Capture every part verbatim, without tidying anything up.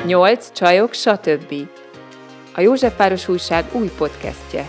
Nyolc csajok, stb. A Józsefváros Újság új podcastje.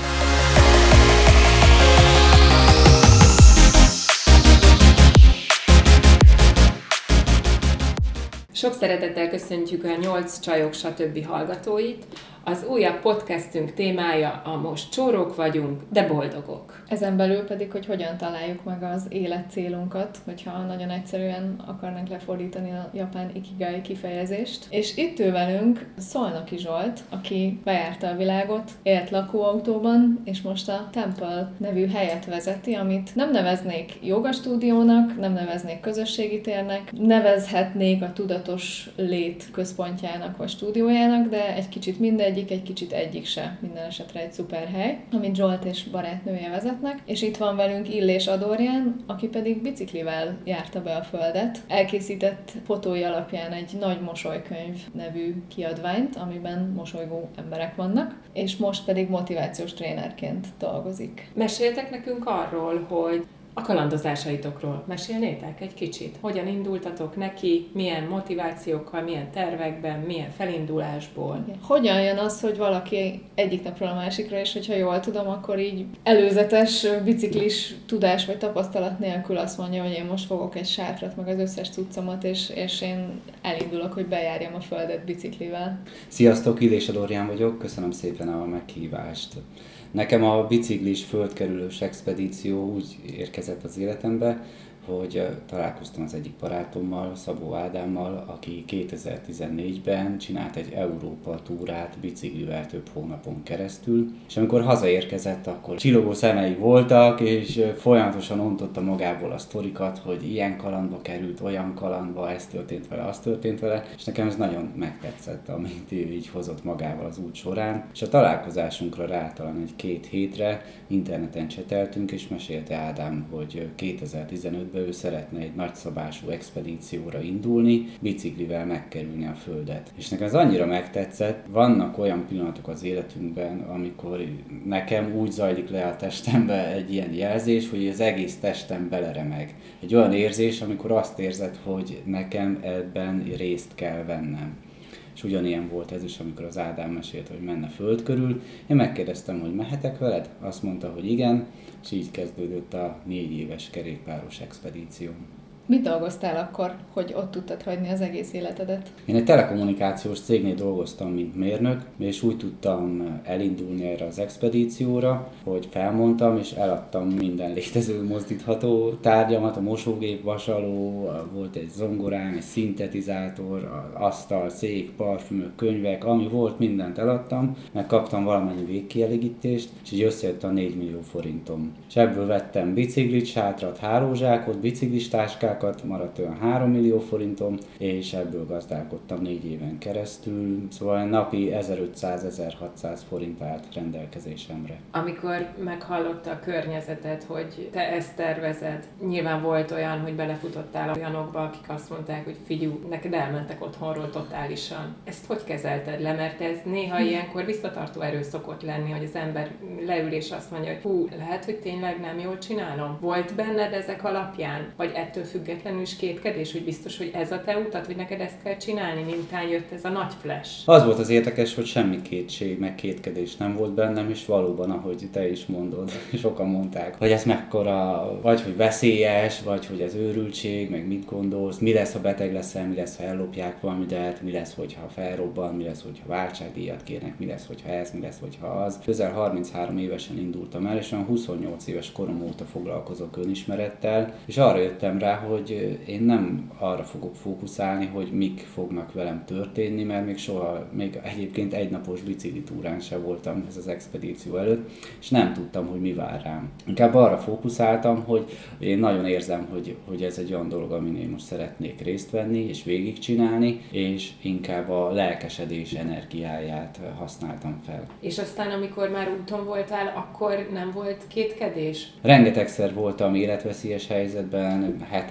Sok szeretettel köszöntjük a Nyolc csajok, stb. Hallgatóit. Az újabb podcastünk témája a most csórok vagyunk, de boldogok. Ezen belül pedig, hogy hogyan találjuk meg az életcélunkat, hogyha nagyon egyszerűen akarnánk lefordítani a japán ikigai kifejezést. És itt ül velünk Szolnoki Zsolt, aki bejárta a világot, élt lakóautóban, és most a Temple nevű helyet vezeti, amit nem neveznék jogastúdiónak, nem neveznék közösségi térnek, nevezhetnék a tudatos lét központjának vagy stúdiójának, de egy kicsit mindegyik, egy kicsit egyik se. Minden esetre egy szuper hely, amit Zsolt és barátnője vezetnek. És itt van velünk Illés Adorján, aki pedig biciklivel járta be a földet. Elkészített fotói alapján egy Nagy mosolykönyv nevű kiadványt, amiben mosolygó emberek vannak, és most pedig motivációs trénerként dolgozik. Meséltek nekünk arról, hogy a kalandozásaitokról mesélnétek egy kicsit? Hogyan indultatok neki, milyen motivációkkal, milyen tervekben, milyen felindulásból? Hogyan jön az, hogy valaki egyik napról a másikra, és hogyha jól tudom, akkor így előzetes biciklis tudás vagy tapasztalat nélkül azt mondja, hogy én most fogok egy sátrat, meg az összes cuccomat, és, és én elindulok, hogy bejárjam a földet biciklivel. Sziasztok, Illés Adorján vagyok, köszönöm szépen a meghívást. Nekem a biciklis földkerülős expedíció úgy érkezett az életembe, hogy találkoztam az egyik barátommal, Szabó Ádámmal, aki kétezer-tizennégyben csinált egy Európa túrát biciklivel több hónapon keresztül, és amikor hazaérkezett, akkor csillogó szemei voltak, és folyamatosan ontotta magából a sztorikat, hogy ilyen kalandba került, olyan kalandba, ez történt vele, az történt vele, és nekem ez nagyon megtetszett, amit így hozott magával az út során, és a találkozásunkra rá talán egy két hétre interneten cseteltünk, és mesélte Ádám, hogy kétezer-tizenötben ő szeretne egy nagyszabású expedícióra indulni, biciklivel megkerülni a földet. És nekem ez annyira megtetszett, vannak olyan pillanatok az életünkben, amikor nekem úgy zajlik le a testembe egy ilyen jelzés, hogy az egész testem beleremeg. Egy olyan érzés, amikor azt érzed, hogy nekem ebben részt kell vennem. És ugyanilyen volt ez is, amikor az Ádám mesélt, hogy menne föld körül. Én megkérdeztem, hogy mehetek veled? Azt mondta, hogy igen, és így kezdődött a négy éves kerékpáros expedíció. Mit dolgoztál akkor, hogy ott tudtad hagyni az egész életedet? Én egy telekommunikációs cégnél dolgoztam, mint mérnök, és úgy tudtam elindulni erre az expedícióra, hogy felmondtam és eladtam minden létező mozdítható tárgyamat, a mosógép, vasaló, volt egy zongorám, egy szintetizátor, asztal, szék, parfümök, könyvek, ami volt, mindent eladtam, meg kaptam valamennyi végkielégítést, és így összejött a négy millió forintom. És ebből vettem biciklit, sátrat, hálózsákot, biciklistáskát, maradt olyan három millió forintom, és ebből gazdálkodtam négy éven keresztül, szóval napi ezerötszáz-ezerhatszáz forint állt rendelkezésemre. Amikor meghallotta a környezeted, hogy te ezt tervezed, nyilván volt olyan, hogy belefutottál olyanokba, akik azt mondták, hogy figyú, neked elmentek otthonról totálisan. Ezt hogy kezelted le? Mert ez néha ilyenkor visszatartó erő szokott lenni, hogy az ember leül és azt mondja, hogy hú, lehet, hogy tényleg nem jól csinálom. Volt benned ezek alapján? Vagy ettől függetlenül is kétkedés, hogy biztos, hogy ez a te utat, hogy neked ezt kell csinálni, mintán jött ez a nagy flash? Az volt az érdekes, hogy semmi kétség, meg kétkedés nem volt bennem, és valóban, ahogy te is mondod, sokan mondták, hogy ez mekkora, vagy hogy veszélyes, vagy hogy ez őrültség, meg mit gondolsz, mi lesz, ha beteg leszel, mi lesz, ha ellopják valamidet, mi lesz, hogyha felrobban, mi lesz, hogyha váltságdíjat kérnek, mi lesz, hogyha ez, mi lesz, hogyha az. Közel harminchárom évesen indultam el, és olyan huszonnyolc éves korom óta foglalkozok önismerettel, és arra jöttem rá, hogy én nem arra fogok fókuszálni, hogy mik fognak velem történni, mert még soha, még egyébként egynapos biciklitúrán se voltam ez az expedíció előtt, és nem tudtam, hogy mi vár rám. Inkább arra fókuszáltam, hogy én nagyon érzem, hogy, hogy ez egy olyan dolog, amin én most szeretnék részt venni, és végigcsinálni, és inkább a lelkesedés energiáját használtam fel. És aztán, amikor már úton voltál, akkor nem volt kétkedés? Rengetegszer voltam életveszélyes helyzetben, heten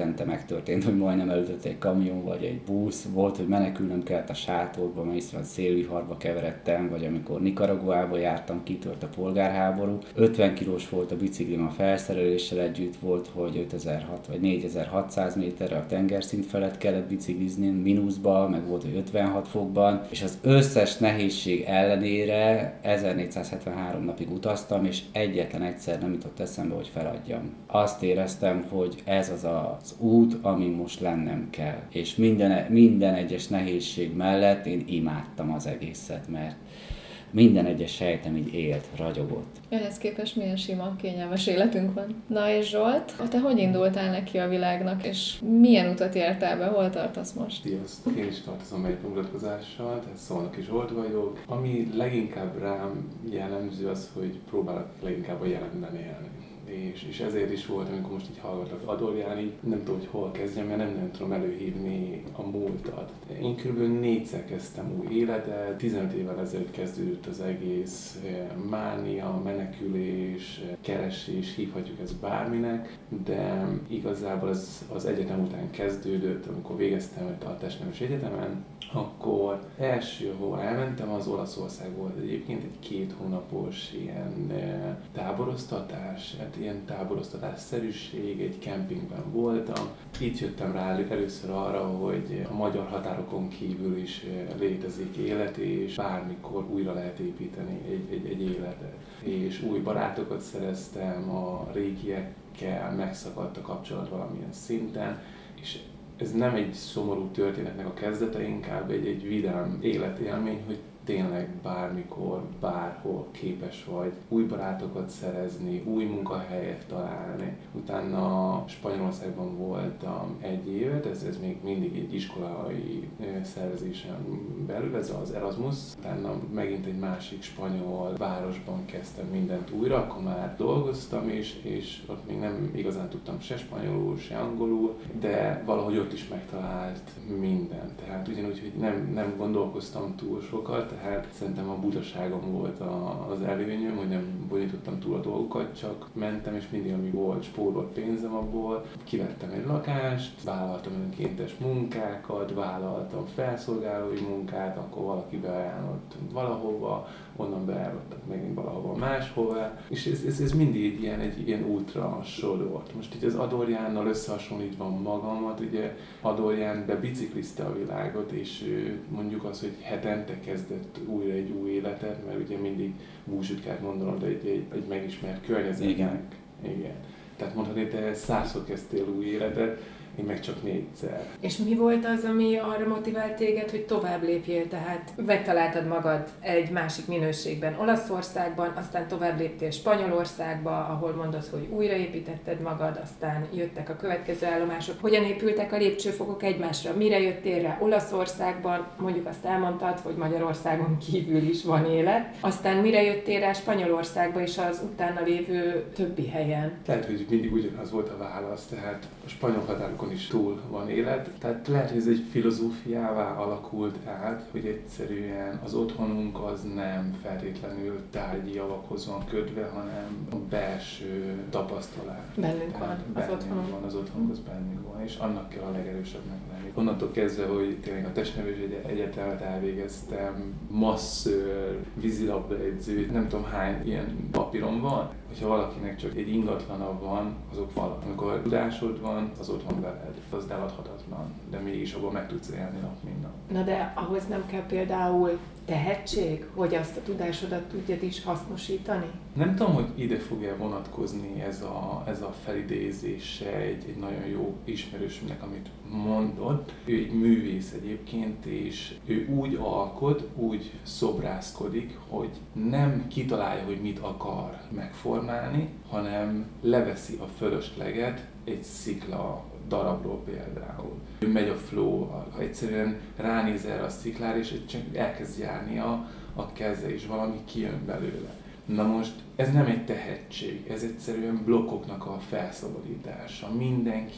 hetente megtörtént, hogy majdnem elütött egy kamion vagy egy busz, volt, hogy menekülnöm kellett a sátorba, mert hiszen szélviharba keveredtem, vagy amikor Nicaraguába jártam, kitört a polgárháború. ötven kilós volt a biciklim a felszereléssel együtt, volt, hogy ötezer-hatszáz vagy négyezer-hatszáz méterre a tengerszint felett kellett biciklizni, mínuszban, meg volt, hogy ötvenhat fokban, és az összes nehézség ellenére ezernégyszázhetvenhárom napig utaztam, és egyetlen egyszer nem jutott eszembe, hogy feladjam. Azt éreztem, hogy ez az az út, amin most lennem kell. És minden, minden egyes nehézség mellett én imádtam az egészet, mert minden egyes sejtem így élt, ragyogott. Ehhez képest milyen sima, kényelmes életünk van. Na és Zsolt, te hogy indultál neki a világnak, és milyen utat jártál be, hol tartasz most? Sziasztok, én is tartozom egy bemutatkozással, tehát Szolnoki Zsolt vagyok. Ami leginkább rám jellemző az, hogy próbálok leginkább a jelenben élni. És, és ezért is volt, amikor most így hallgatlak Adorján, így nem tudom, hogy hol kezdjem, mert nem, nem tudom előhívni a múltat. Én kb. négyszer kezdtem új életet, tizenöt évvel ezelőtt kezdődött az egész mánia, menekülés, keresés, hívhatjuk ezt bárminek, de igazából ez az egyetem után kezdődött, amikor végeztem a testnevelési egyetemen, akkor első, hova elmentem, az Olaszország volt egyébként egy két hónapos ilyen táboroztatás, hát ilyen táboroztatásszerűség, egy kempingben voltam. Itt jöttem rá először arra, hogy a magyar határokon kívül is létezik élet, és bármikor újra lehet építeni egy, egy, egy életet. És új barátokat szereztem, a régiekkel megszakadt a kapcsolat valamilyen szinten, és ez nem egy szomorú történetnek a kezdete, inkább egy, egy vidám életélmény, hogy tényleg bármikor, bárhol képes vagy új barátokat szerezni, új munkahelyet találni. Utána Spanyolországban voltam egy évet, ez, ez még mindig egy iskolai szervezésen belül, ez az Erasmus. Utána megint egy másik spanyol városban kezdtem mindent újra, akkor már dolgoztam is, és ott még nem igazán tudtam se spanyolul, se angolul, de valahogy ott is megtalált mindent. Tehát ugyanúgy, hogy nem, nem gondolkoztam túl sokat, tehát szerintem a butaságom volt a, az előnyöm, hogy nem bonyolítottam túl a dolgokat, csak mentem, és mindig, ami volt, spórolt pénzem abból, kivettem egy lakást, vállaltam önkéntes munkákat, vállaltam felszolgálói munkát, akkor valaki beajánlott valahova, onnan beállottak megint valahova máshova, és ez, ez, ez mindig egy ilyen, egy ilyen útra sodort. Most így az Adorjánnal összehasonlítva magamat, ugye Adorján bebiciklizte a világot, és mondjuk az, hogy hetente kezdett újra egy új életet, mert ugye mindig búzsutkát mondanom, de egy, egy, egy megismert környezetnek. Igen. Igen. Tehát mondhatni, te százszor kezdtél új életet, én meg csak négyszer. És mi volt az, ami arra motivált téged, hogy tovább lépjél? Tehát megtaláltad magad egy másik minőségben Olaszországban, aztán tovább léptél Spanyolországba, ahol mondod, hogy újraépítetted magad, aztán jöttek a következő állomások. Hogyan épültek a lépcsőfokok egymásra? Mire jöttél rá Olaszországban? Mondjuk azt elmondtad, hogy Magyarországon kívül is van élet. Aztán mire jöttél rá Spanyolországba és az utána lévő többi helyen? Lehet, hogy mindig ugyanaz volt a válasz, tehát a spanyol határokon is túl van élet. Tehát lehet, hogy ez egy filozófiává alakult át, hogy egyszerűen az otthonunk az nem feltétlenül tárgyi javakhoz van kötve, hanem a belső tapasztalat. Bennünk van az otthonunk. van, az otthonunk az bennünk van, és annak kell a legerősebbnek lenni. Onnantól kezdve, hogy tényleg a testnevelési egyetemet elvégeztem, masször, vízilabdaedző, nem tudom hány ilyen papíron van. Hogyha valakinek csak egy ingatlana van, azok van. Amikor tudásod van, az otthon veled. Az eladhatatlan, de mégis abban meg tudsz élni nap, mint nap. Na de ahhoz nem kell például tehetség, hogy azt a tudásodat tudjad is hasznosítani? Nem tudom, hogy ide fog-e vonatkozni ez a, ez a felidézése egy, egy nagyon jó ismerősömnek, amit mondott. Ő egy művész egyébként, és ő úgy alkot, úgy szobrászkodik, hogy nem kitalálja, hogy mit akar megformálni, hanem leveszi a fölösleget egy szikla darabról például. Ő megy a flow-val, ha egyszerűen ránéz erre a sziklára, és csak elkezd járni a, a keze, és valami kijön belőle. Na most ez nem egy tehetség, ez egyszerűen blokkoknak a felszabadítása. Mindenki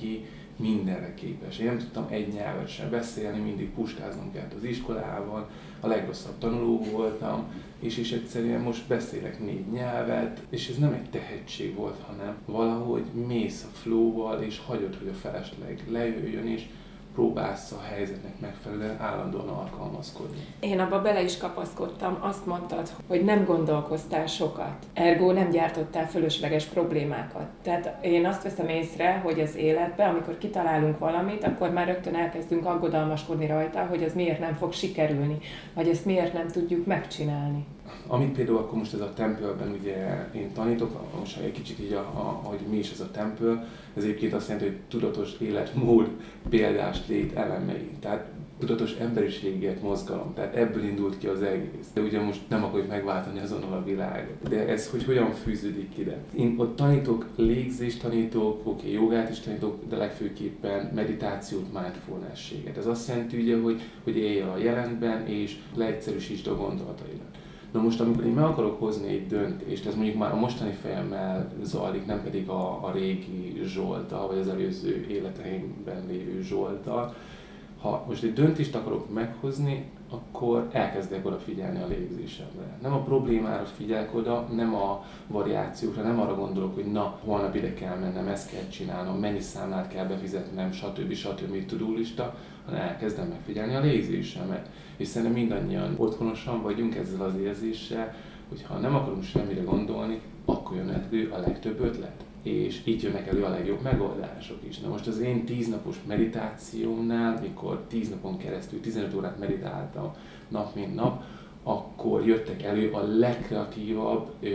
mindenre képes. Én nem tudtam egy nyelvet sem beszélni, mindig puskáznom kellett az iskolában, a legrosszabb tanuló voltam, és, és egyszerűen most beszélek négy nyelvet, és ez nem egy tehetség volt, hanem valahogy mész a flow-val, és hagyod, hogy a felesleg lejöjjön, és próbálsz a helyzetnek megfelelően állandóan alkalmazkodni. Én abba bele is kapaszkodtam, azt mondtad, hogy nem gondolkoztál sokat, ergo nem gyártottál fölösleges problémákat. Tehát én azt veszem észre, hogy az életben, amikor kitalálunk valamit, akkor már rögtön elkezdünk aggodalmaskodni rajta, hogy ez miért nem fog sikerülni, vagy ezt miért nem tudjuk megcsinálni. Amit például akkor most ez a Temple-ben ugye én tanítok, most egy kicsit így, a, a, hogy mi is ez a Temple, ez egyébként azt jelenti, hogy tudatos életmód példás lét elemei, tehát tudatos emberiségért mozgalom, tehát ebből indult ki az egész. De ugye most nem akarjuk megváltani azonnal a világot, de ez hogy hogyan fűződik ide? Én ott tanítok, légzést tanítok, oké, okay, jogát is tanítok, de legfőképpen meditációt, mindfulness-séget. Ez azt jelenti ugye, hogy, hogy élj a jelenben és leegyszerűsítsd a gondolataidat. Na most, amikor én meg akarok hozni egy döntést, ez mondjuk már a mostani fejemmel zajlik, nem pedig a, a régi Zsolttal, vagy az előző életeimben lévő Zsolttal. Ha most egy döntést akarok meghozni, akkor elkezdek odafigyelni a légzésemre. Nem a problémára figyelek oda, nem a variációkra, nem arra gondolok, hogy na, holnap ide kell mennem, ezt kell csinálnom, mennyi számlát kell befizetnem, stb. stb. Tudólista, hanem elkezdem megfigyelni a légzésemet. És szerintem mindannyian otthonosan vagyunk ezzel az érzéssel, hogy ha nem akarunk semmire gondolni, akkor jön elő a legtöbb ötlet. És így jönnek elő a legjobb megoldások is. Na most az én tíznapos meditációmnál, mikor tíz napon keresztül tizenöt órát meditáltam nap mint nap, akkor jöttek elő a legkreatívabb ö,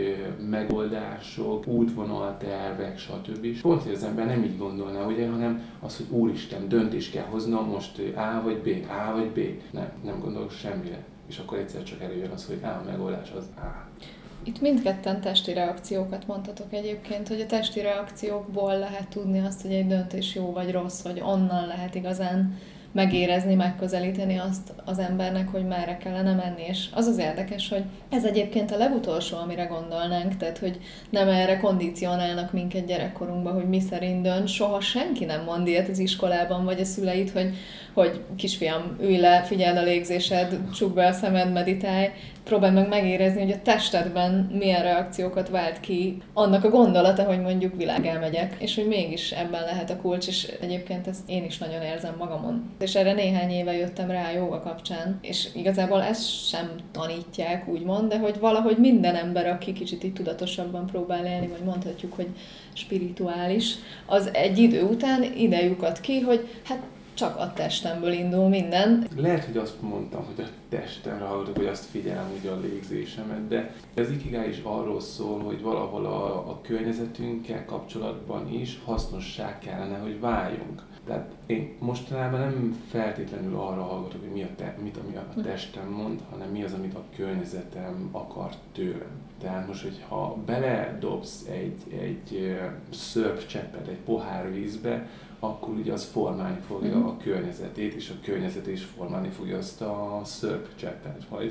megoldások, útvonaltervek, stb. Pont, hogy az ember nem így gondolná, ugye, hanem az, hogy úristen, döntést kell hoznom most A vagy B, A vagy B. Nem, nem gondolok semmire. És akkor egyszer csak előjön az, hogy á, a megoldás az A. Itt mindketten testi reakciókat mondhatok egyébként, hogy a testi reakciókból lehet tudni azt, hogy egy döntés jó vagy rossz, hogy onnan lehet igazán megérezni, megközelíteni azt az embernek, hogy merre kellene menni. És az az érdekes, hogy ez egyébként a legutolsó, amire gondolnánk, tehát hogy nem erre kondicionálnak minket gyerekkorunkban, hogy mi szerint dönt. Soha senki nem mond ilyet az iskolában, vagy a szüleid, hogy, hogy kisfiam, ülj le, figyeld a légzésed, csukd be a szemed, meditálj. Próbáld meg megérezni, hogy a testedben milyen reakciókat vált ki annak a gondolata, hogy mondjuk világelmegyek, és hogy mégis ebben lehet a kulcs, és egyébként ezt én is nagyon érzem magamon. És erre néhány éve jöttem rá a jóga kapcsán, és igazából ezt sem tanítják, úgymond, de hogy valahogy minden ember, aki kicsit így tudatosabban próbál élni, vagy mondhatjuk, hogy spirituális, az egy idő után ide lyukad ki, hogy hát csak a testemből indul minden. Lehet, hogy azt mondtam, hogy a testemre hallgatok, hogy azt figyelem ugye a légzésemet, de ez ikigai is arról szól, hogy valahol a, a környezetünkkel kapcsolatban is hasznossá kellene, hogy váljunk. Tehát én mostanában nem feltétlenül arra hallgatok, hogy mi a te, mit ami a testem mond, hanem mi az, amit a környezetem akar tőlem. Tehát most, hogyha beledobsz egy, egy szörpcseppet egy pohár vízbe, akkor ugye az formálni fogja a környezetét, és a környezet is formálni fogja azt a szörpcseppet, vagy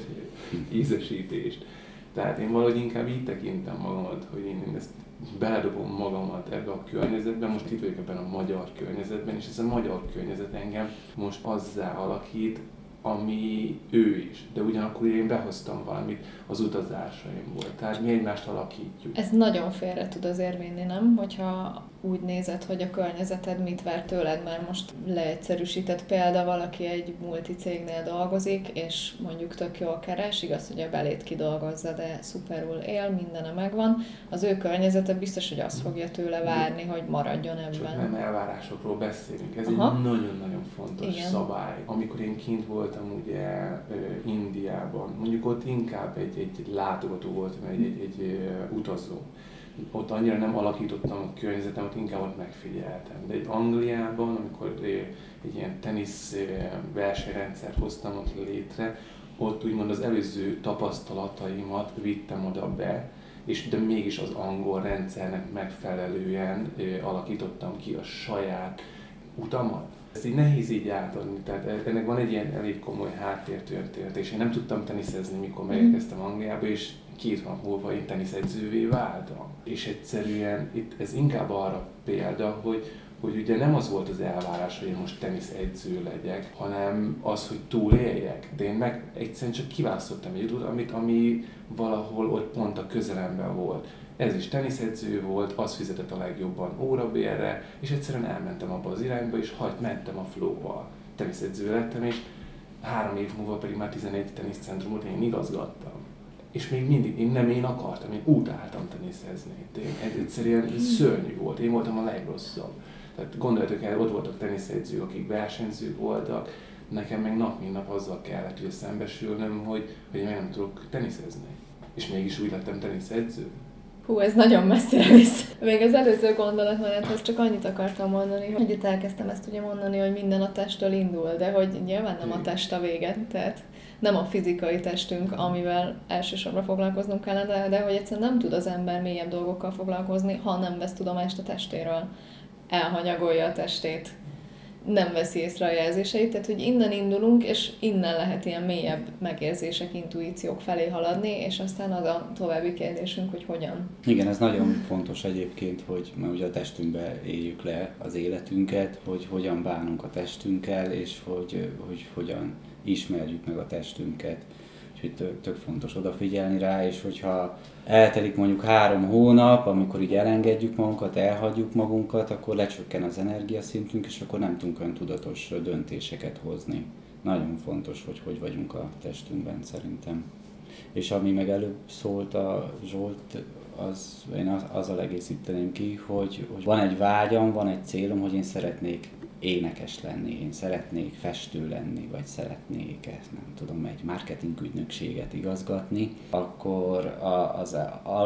ízesítést. Tehát én valahogy inkább így tekintem magamat, hogy én ezt beledobom magamat ebbe a környezetbe, most itt vagyok ebben a magyar környezetben, és ez a magyar környezet engem most azzá alakít, ami ő is. De ugyanakkor én behoztam valamit az utazásaimból. Tehát mi egymást alakítjuk. Ez nagyon félre tud azért vinni, nem? Hogyha úgy nézed, hogy a környezeted mit vár tőled, mert most leegyszerűsített példa, valaki egy multicégnél dolgozik, és mondjuk tök jól keres, igaz, hogy a belét kidolgozza, de szuperul él, mindene megvan. Az ő környezete biztos, hogy azt fogja tőle várni, hogy maradjon ebben. Csak nem elvárásokról beszélünk. Ez Aha. egy nagyon-nagyon fontos Igen. szabály. Amikor én kint voltam ugye Indiában, mondjuk ott inkább egy, egy látogató voltam, egy, egy, egy utazó. Ott annyira nem alakítottam a környezetem, ott inkább ott megfigyeltem. De egy Angliában, amikor egy ilyen tenisz versenyrendszert hoztam ott létre, ott úgymond az előző tapasztalataimat vittem oda be, és de mégis az angol rendszernek megfelelően alakítottam ki a saját utamat. Ezt így nehéz így átadni, tehát ennek van egy ilyen elég komoly háttértörténet, és én nem tudtam teniszezni, mikor megérkeztem Angliába, és két hónap múlva én teniszedzővé váltam. És egyszerűen itt ez inkább arra példa, hogy, hogy ugye nem az volt az elvárás, hogy én most teniszedző legyek, hanem az, hogy túléljek. De én meg egyszerűen csak kiválasztottam egy utat, amit, ami valahol ott pont a közelemben volt. Ez is teniszedző volt, az fizetett a legjobban órabérre, és egyszerűen elmentem abba az irányba, és hagyd, mentem a flow-val. Teniszedző lettem, és három év múlva pedig már tizenegy teniszcentrumot én igazgattam. És még mindig, én nem én akartam, én utáltam teniszezni. Ez egyszerűen szörnyű volt, én voltam a legrosszabb. Tehát gondoljatok el, ott voltak teniszedzők, akik versenyzők voltak, nekem meg nap mint nap azzal kellett ugye szembesülnöm, hogy, hogy én meg nem tudok teniszezni. És mégis úgy lettem teniszedző. Hú, ez nagyon messzire visz. Még az előző gondolatmenethez csak annyit akartam mondani, hogy itt elkezdtem ezt ugye mondani, hogy minden a testtől indul, de hogy nyilván nem a test a vége, tehát nem a fizikai testünk, amivel elsősorban foglalkoznunk kellene, de hogy egyszerűen nem tud az ember mélyebb dolgokkal foglalkozni, ha nem vesz tudomást a testéről. Elhanyagolja a testét, nem veszi észre a jelzéseit, tehát hogy innen indulunk, és innen lehet ilyen mélyebb megérzések, intuíciók felé haladni, és aztán az a további kérdésünk, hogy hogyan. Igen, ez nagyon fontos egyébként, hogy mert ugye a testünkbe éljük le az életünket, hogy hogyan bánunk a testünkkel, és hogy, hogy hogyan ismerjük meg a testünket. Úgyhogy tök, tök fontos odafigyelni rá, és hogyha eltelik mondjuk három hónap, amikor így elengedjük magunkat, elhagyjuk magunkat, akkor lecsökken az energiaszintünk, és akkor nem tudunk olyan tudatos döntéseket hozni. Nagyon fontos, hogy hogy vagyunk a testünkben szerintem. És ami meg előbb szólt a Zsolt, az, én az, azzal egészíteném ki, hogy, hogy van egy vágyam, van egy célom, hogy én szeretnék énekes lenni, én szeretnék festő lenni, vagy szeretnék, nem tudom, egy marketingügynökséget igazgatni, akkor az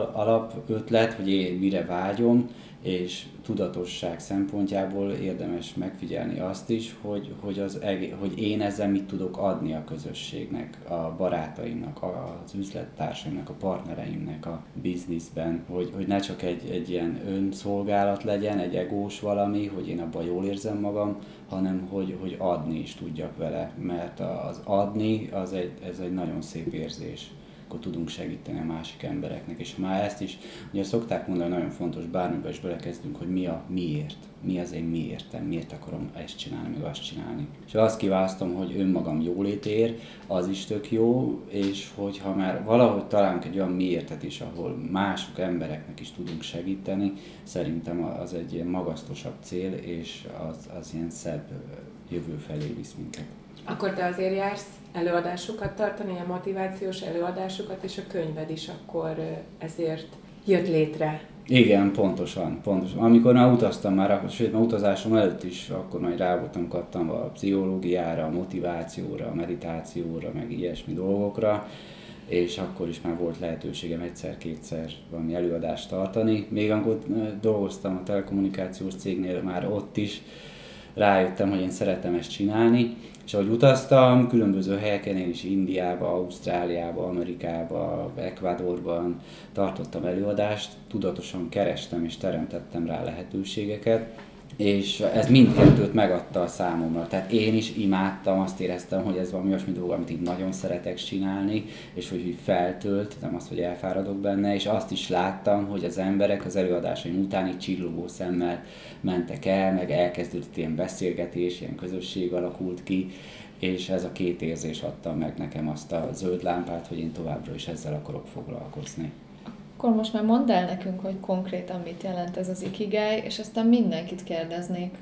alapötlet, hogy én mire vágyom, és tudatosság szempontjából érdemes megfigyelni azt is, hogy, hogy, az, hogy én ezzel mit tudok adni a közösségnek, a barátaimnak, az üzlettársaimnak, a partnereimnek a bizniszben, hogy, hogy ne csak egy, egy ilyen önszolgálat legyen, egy egós valami, hogy én abban jól érzem magam, hanem hogy, hogy adni is tudjak vele, mert az adni az egy, ez egy nagyon szép érzés. Akkor tudunk segíteni a másik embereknek. És már ezt is, ugye szokták mondani, nagyon fontos, bármiben is belekezdünk, hogy mi a miért. Mi az én miértem, miért akarom ezt csinálni, meg azt csinálni. És azt kiválasztom, hogy önmagam jólétér, az is tök jó, és hogyha már valahogy találunk egy olyan miértet is, ahol mások embereknek is tudunk segíteni, szerintem az egy ilyen magasztosabb cél, és az, az ilyen szebb jövő felé visz minket. Akkor te azért jársz előadásokat tartani, ilyen motivációs előadásokat, és a könyved is akkor ezért jött létre. Igen, pontosan, pontosan. Amikor már utaztam már, sőt, már utazásom előtt is, akkor már rá voltam kattanva a pszichológiára, a motivációra, a meditációra, meg ilyesmi dolgokra, és akkor is már volt lehetőségem egyszer-kétszer valami előadást tartani. Még amikor dolgoztam a telekommunikációs cégnél, már ott is rájöttem, hogy én szeretem ezt csinálni, és ahogy utaztam, különböző helyeken, én is Indiába, Ausztráliába, Amerikába, Ecuadorban tartottam előadást, tudatosan kerestem és teremtettem rá lehetőségeket, és ez mindkettőt megadta a számomra. Tehát én is imádtam, azt éreztem, hogy ez valami olyasmi dolog, amit így nagyon szeretek csinálni, és hogy így feltölt, nem az, hogy elfáradok benne, és azt is láttam, hogy az emberek az előadásaim után így csillogó szemmel mentek el, meg elkezdődött ilyen beszélgetés, ilyen közösség alakult ki, és ez a két érzés adta meg nekem azt a zöld lámpát, hogy én továbbra is ezzel akarok foglalkozni. Akkor most már mondd el nekünk, hogy konkrétan mit jelent ez az ikigai, és aztán mindenkit kérdeznék,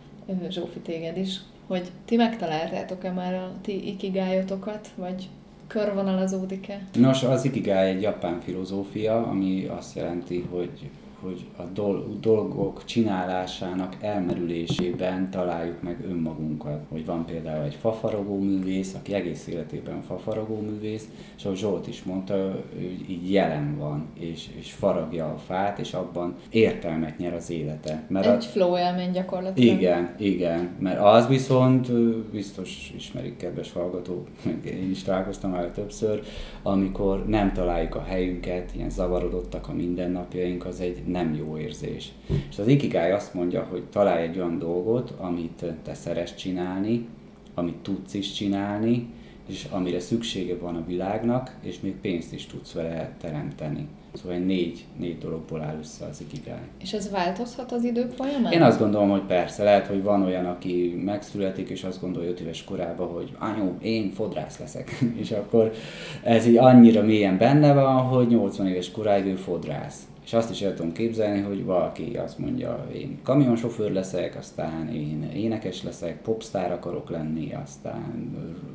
Zsófi téged is, hogy ti megtaláltátok-e már a ti ikigájotokat, vagy körvonalazódik-e? Nos, az ikigai egy japán filozófia, ami azt jelenti, hogy hogy a dolgok csinálásának elmerülésében találjuk meg önmagunkat. Hogy van például egy fafaragó művész, aki egész életében fafaragó művész, és ahogy Zsolt is mondta, ő így jelen van, és, és faragja a fát, és abban értelmet nyer az élete. Mert egy a... flow élmény gyakorlatilag. Igen, igen, mert az viszont, biztos ismerik kedves hallgatók, én is találkoztam már többször, amikor nem találjuk a helyünket, ilyen zavarodottak a mindennapjaink, az egy nem jó érzés. És az ikigai azt mondja, hogy találj egy olyan dolgot, amit te szeretsz csinálni, amit tudsz is csinálni, és amire szüksége van a világnak, és még pénzt is tudsz vele teremteni. Szóval négy, négy dologból áll össze az ikigai. És ez változhat az idők folyamán? Én azt gondolom, hogy persze, lehet, hogy van olyan, aki megszületik, és azt gondolja öt éves korában, hogy anyu, én fodrász leszek. És akkor ez így annyira mélyen benne van, hogy nyolcvan éves koráig ő fodrász. És azt is el tudom képzelni, hogy valaki azt mondja, én kamionsofőr leszek, aztán én énekes leszek, popstar akarok lenni, aztán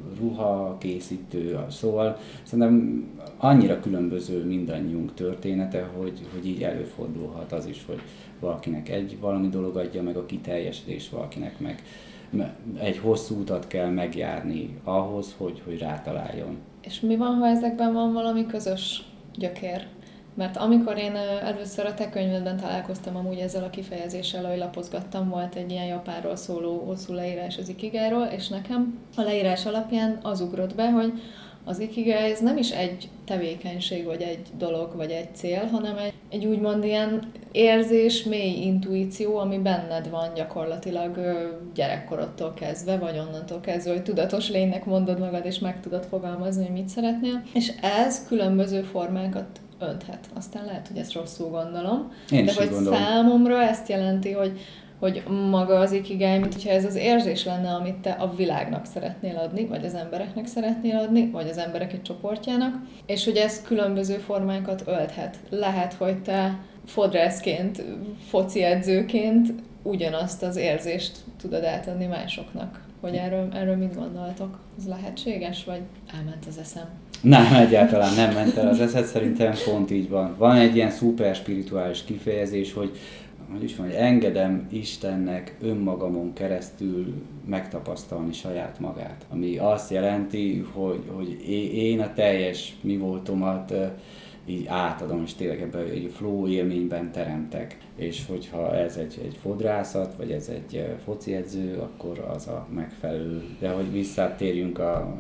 ruha készítő, szóval szerintem annyira különböző mindannyiunk története, hogy, hogy így előfordulhat az is, hogy valakinek egy valami dolog adja meg a kiteljesedést, valakinek meg egy hosszú utat kell megjárni ahhoz, hogy, hogy rátaláljon. És mi van, ha ezekben van valami közös gyökér? Mert amikor én először a te könyvedben találkoztam amúgy ezzel a kifejezéssel, hogy lapozgattam, volt egy ilyen Japánról szóló hosszú leírás az ikigáról, és nekem a leírás alapján az ugrott be, hogy az ikigai ez nem is egy tevékenység, vagy egy dolog, vagy egy cél, hanem egy, egy úgymond ilyen érzés, mély intuíció, ami benned van gyakorlatilag gyerekkorodtól kezdve, vagy onnantól kezdve, hogy tudatos lénynek mondod magad, és meg tudod fogalmazni, hogy mit szeretnél. És ez különböző formákat önthet. Aztán lehet, hogy ezt rosszul gondolom. Én de hogy gondolom. Számomra ezt jelenti, hogy, hogy maga az ikigai, mint hogyha ez az érzés lenne, amit te a világnak szeretnél adni, vagy az embereknek szeretnél adni, vagy az emberek egy csoportjának, és hogy ez különböző formákat ölthet. Lehet, hogy te fodrászként, foci edzőként ugyanazt az érzést tudod átadni másoknak. Hogy erről, erről mit gondoltok? Ez lehetséges, vagy elment az eszem? Nem, egyáltalán nem ment el az eszed, szerintem pont így van. Van egy ilyen szuper spirituális kifejezés, hogy, hogy is van, hogy engedem Istennek önmagamon keresztül megtapasztalni saját magát. Ami azt jelenti, hogy, hogy én a teljes mi voltomat így átadom, és tényleg ebben egy flow élményben teremtek. És hogyha ez egy, egy fodrászat, vagy ez egy foci edző, akkor az a megfelelő. De hogy visszatérjünk a,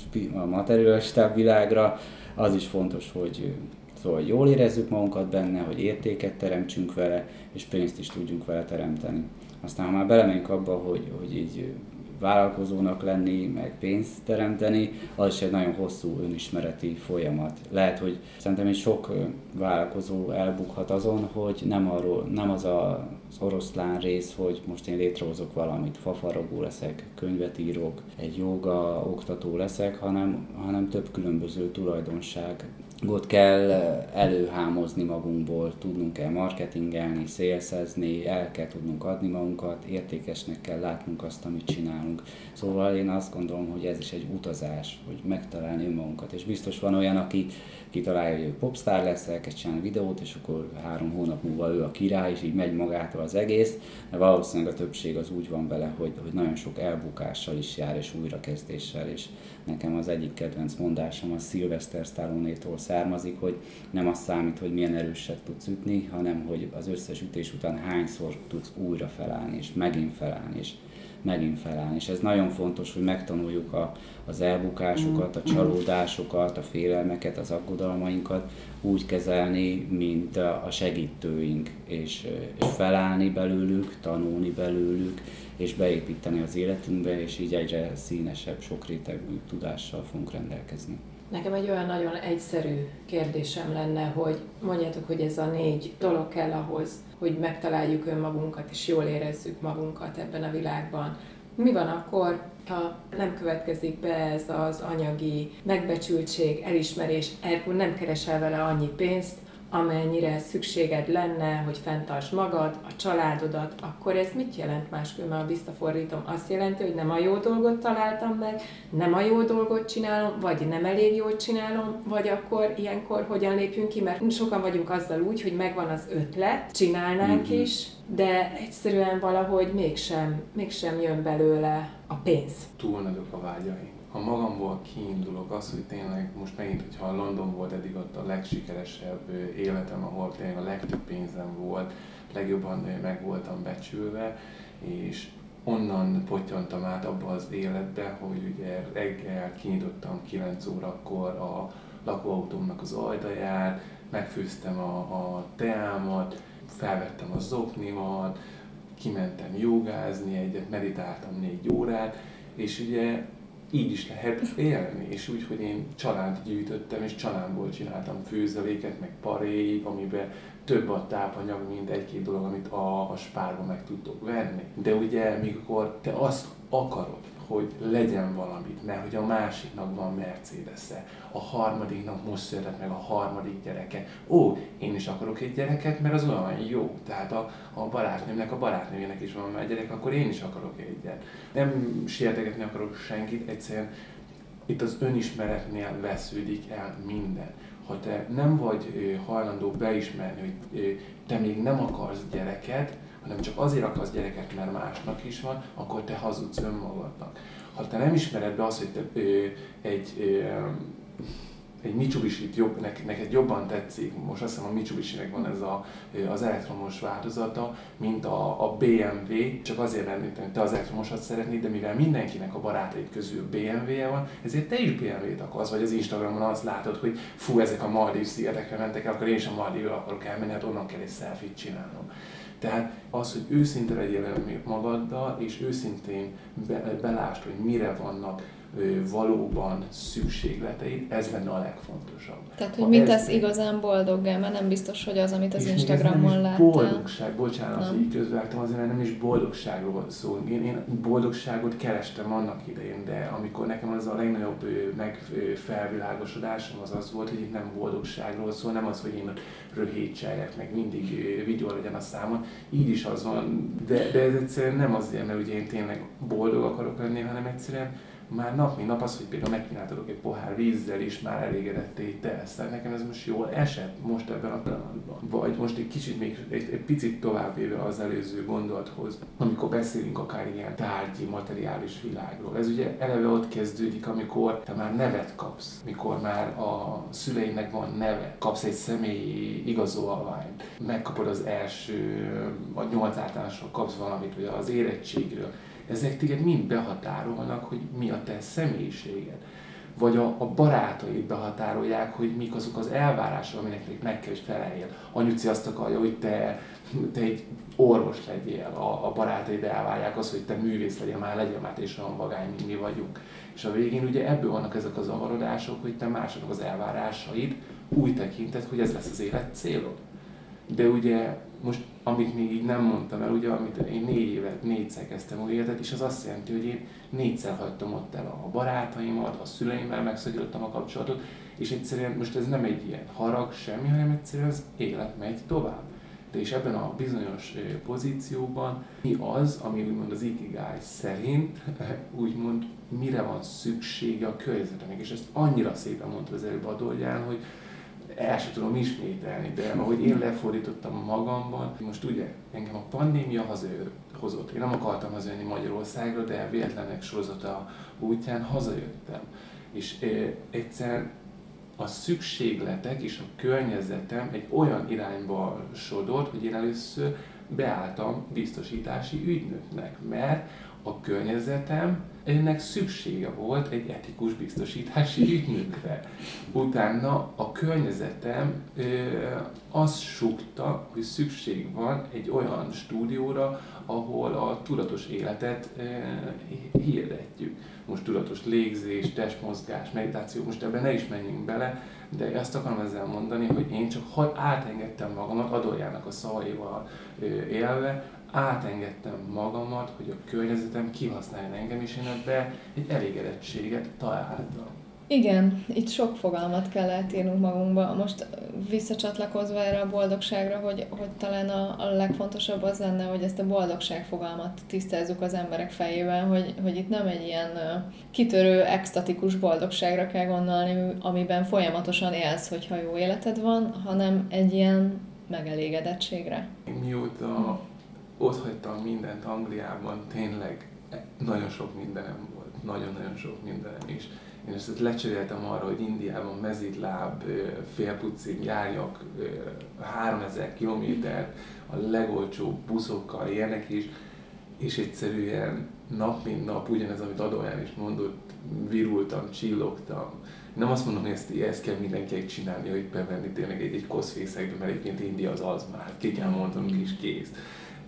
a materialistább világra, az is fontos, hogy szóval jól érezzük magunkat benne, hogy értéket teremtsünk vele, és pénzt is tudjunk vele teremteni. Aztán ha már belemegyünk abba, hogy, hogy így vállalkozónak lenni, meg pénzt teremteni, az is egy nagyon hosszú önismereti folyamat. Lehet, hogy szerintem egy sok vállalkozó elbukhat azon, hogy nem, arról, nem az a, az oroszlán rész, hogy most én létrehozok valamit, fafaragó leszek, könyvet írok, egy jóga oktató leszek, hanem, hanem több különböző tulajdonság. Ott kell előhámozni magunkból, tudnunk kell marketingelni, szélszezni, el kell tudnunk adni magunkat, értékesnek kell látnunk azt, amit csinálunk. Szóval én azt gondolom, hogy ez is egy utazás, hogy megtalálni önmagunkat. És biztos van olyan, aki kitalálja, hogy popstar lesz, elkezd csinálni videót, és akkor három hónap múlva ő a király, és így megy magától az egész. De valószínűleg a többség az úgy van vele, hogy, hogy nagyon sok elbukással is jár, és újrakezdéssel is. Nekem az egyik kedvenc mondásom a Sylvester Stallone-tól származik, hogy nem az számít, hogy milyen erőset tudsz ütni, hanem hogy az összes ütés után hányszor tudsz újra felállni, és megint felállni, és megint felállni. És ez nagyon fontos, hogy megtanuljuk a, az elbukásokat, a csalódásokat, a félelmeket, az aggodalmainkat úgy kezelni, mint a segítőink, és, és felállni belőlük, tanulni belőlük, és beépíteni az életünkbe, és így egyre színesebb, sokrétegű tudással fogunk rendelkezni. Nekem egy olyan nagyon egyszerű kérdésem lenne, hogy mondjátok, hogy ez a négy dolog kell ahhoz, hogy megtaláljuk önmagunkat, és jól érezzük magunkat ebben a világban. Mi van akkor, ha nem következik be ez az anyagi megbecsültség, elismerés, ergo nem keresel vele annyi pénzt, amennyire szükséged lenne, hogy fenntartsd magad, a családodat, akkor ez mit jelent máskülönben, ha visszafordítom? Azt jelenti, hogy nem a jó dolgot találtam meg, nem a jó dolgot csinálom, vagy nem elég jól csinálom, vagy akkor ilyenkor hogyan lépjünk ki, mert sokan vagyunk azzal úgy, hogy megvan az ötlet, csinálnánk mm-hmm. is, de egyszerűen valahogy mégsem, mégsem jön belőle a pénz. Túl nagyok a vágyai. Ha magamból kiindulok, az, hogy tényleg most megint, hogyha London volt eddig ott a legsikeresebb életem, ahol tényleg a legtöbb pénzem volt, legjobban meg voltam becsülve, és onnan pottyantam át abba az életbe, hogy ugye reggel kinyitottam kilenc órakor a lakóautómnak az ajtaját, megfőztem a, a teámat, felvettem a zoknimat, kimentem jogázni egyet, meditáltam négy órát, és ugye így is lehet élni, és úgy, hogy én csalánt gyűjtöttem, és családból csináltam főzeléket, meg paréig, amiben több a tápanyag, mint egy-két dolog, amit a, a spárba meg tudtok venni. De ugye, mikor te azt akarod, hogy legyen valamit, mert hogy a másiknak van Mercedes-e, a harmadiknak most született meg a harmadik gyereke. Ó, én is akarok egy gyereket, mert az olyan jó. Tehát a, a barátnőmnek, a barátnőjének is van már gyerek, akkor én is akarok egyet. Nem sietegetni akarok senkit, egyszerűen itt az önismeretnél vesződik el minden. Ha te nem vagy hajlandó beismerni, hogy te még nem akarsz gyereket, hanem csak azért akarsz gyereket, mert másnak is van, akkor te hazudsz önmagadnak. Ha te nem ismered be azt, hogy te ö, egy, ö, egy Mitsubishi-t jobb, neked jobban tetszik, most azt hiszem a Mitsubishi-nek van ez a, az elektromos változata, mint a, a bé em vé, csak azért nem, hogy te az elektromosat szeretnéd, de mivel mindenkinek a barátaid közül bé em vé-je van, ezért te is bé em vét akarsz, vagy az Instagramon azt látod, hogy fú, ezek a Maldív szigetekre mentek el, akkor én is a Maldívra akarok elmenni, hát onnan kell egy selfie-t csinálnom. Tehát az, hogy őszinte legyél magaddal, és őszintén be, belásd, hogy mire vannak ö, valóban szükségleteid, ez lenne a legfontosabb. Tehát, hogy mit tesz igazán boldoggá, mert nem biztos, hogy az, amit az Instagramon láttál. Boldogság, bocsánat, hogy így közvágtam, azért mert nem is boldogságról szól. Én, én boldogságot kerestem annak idején, de amikor nekem az a legnagyobb megfelvilágosodásom az az volt, hogy itt nem boldogságról szól, nem az, hogy én ott röhétseljek, meg mindig videó legyen a számon. Így is az van, de, de ez egyszerűen nem azért, mert ugye én tényleg boldog akarok lenni, hanem egyszerűen már nap mint nap az, hogy például megkínáltatok egy pohár vízzel is, már elégedetté tesz. Tehát nekem ez most jól esett most ebben a pillanatban. Vagy most egy kicsit még egy, egy picit tovább éve az előző gondolathoz, amikor beszélünk akár ilyen tárgyi, materiális világról. Ez ugye eleve ott kezdődik, amikor te már nevet kapsz, mikor már a szüleidnek van neve, kapsz egy személyi igazolványt, megkapod az első, a nyolc általánosról kapsz valamit, vagy az érettségről. Ezek téged mind behatárolnak, hogy mi a te személyiséged. Vagy a, a barátaid behatárolják, hogy mik azok az elvárások, aminek meg kell, hogy feleljél. Anyuci azt akarja, hogy te, te egy orvos legyél, a, a barátaid elvárják azt, hogy te művész legyél, már legyél már és olyan vagány, mint mi vagyunk. És a végén ugye ebből vannak ezek a zavarodások, hogy te másoknak az elvárásaid úgy tekinted, hogy ez lesz az élet célod. De ugye most, amit még így nem mondtam el, ugye, amit én négy évet, négyszer kezdtem új életet, és az azt jelenti, hogy én négyszer hagytam ott el a barátaimat, a szüleimmel megszakítottam a kapcsolatot, és egyszerűen most ez nem egy ilyen harag, semmi, hanem egyszerűen az élet megy tovább. De és ebben a bizonyos pozícióban mi az, ami úgymond az ikigai szerint úgymond mire van szüksége a környezetnek, és ezt annyira szépen mondta az előbb Adorján, hogy el sem tudom ismételni, de ahogy én lefordítottam magamban, most ugye engem a pandémia hazahozott. Én nem akartam hazajönni Magyarországra, de véletlenek sorozata útján hazajöttem. És e, egyszerűen a szükségletek és a környezetem egy olyan irányba sodort, hogy én először beálltam biztosítási ügynöknek, mert a környezetem ennek szüksége volt egy etikus biztosítási ügynökre. Utána a környezetem ö, azt súgta, hogy szükség van egy olyan stúdióra, ahol a tudatos életet ö, hirdetjük. Most tudatos légzés, testmozgás, meditáció, most ebben ne is menjünk bele, de azt akarom ezzel mondani, hogy én csak átengedtem magamat, Adorjának a szavaival ö, élve, átengedtem magamat, hogy a környezetem kihasználjon engem, és én ebbe egy elégedettséget találtam. Igen, itt sok fogalmat kell átírnunk magunkba. Most visszacsatlakozva erre a boldogságra, hogy, hogy talán a, a legfontosabb az lenne, hogy ezt a boldogság fogalmat tisztázzuk az emberek fejében, hogy, hogy itt nem egy ilyen kitörő, extatikus boldogságra kell gondolni, amiben folyamatosan élsz, hogyha jó életed van, hanem egy ilyen megelégedettségre. Mióta ott hagytam mindent Angliában, tényleg nagyon sok mindenem volt, nagyon-nagyon sok mindenem is. Én ezt lecseréltem arra, hogy Indiában mezitláb, félpuccig járjak háromezer kilométert a legolcsóbb buszokkal, ilyenek is, és egyszerűen nap mint nap, ugyanez, amit Adorján is mondott, virultam, csillogtam. Nem azt mondom, hogy ezt, ezt kell mindenkinek csinálni, hogy bevenni tényleg egy, egy koszfészekbe, mert egyébként India az az már, ki kell mondanunk is, kész.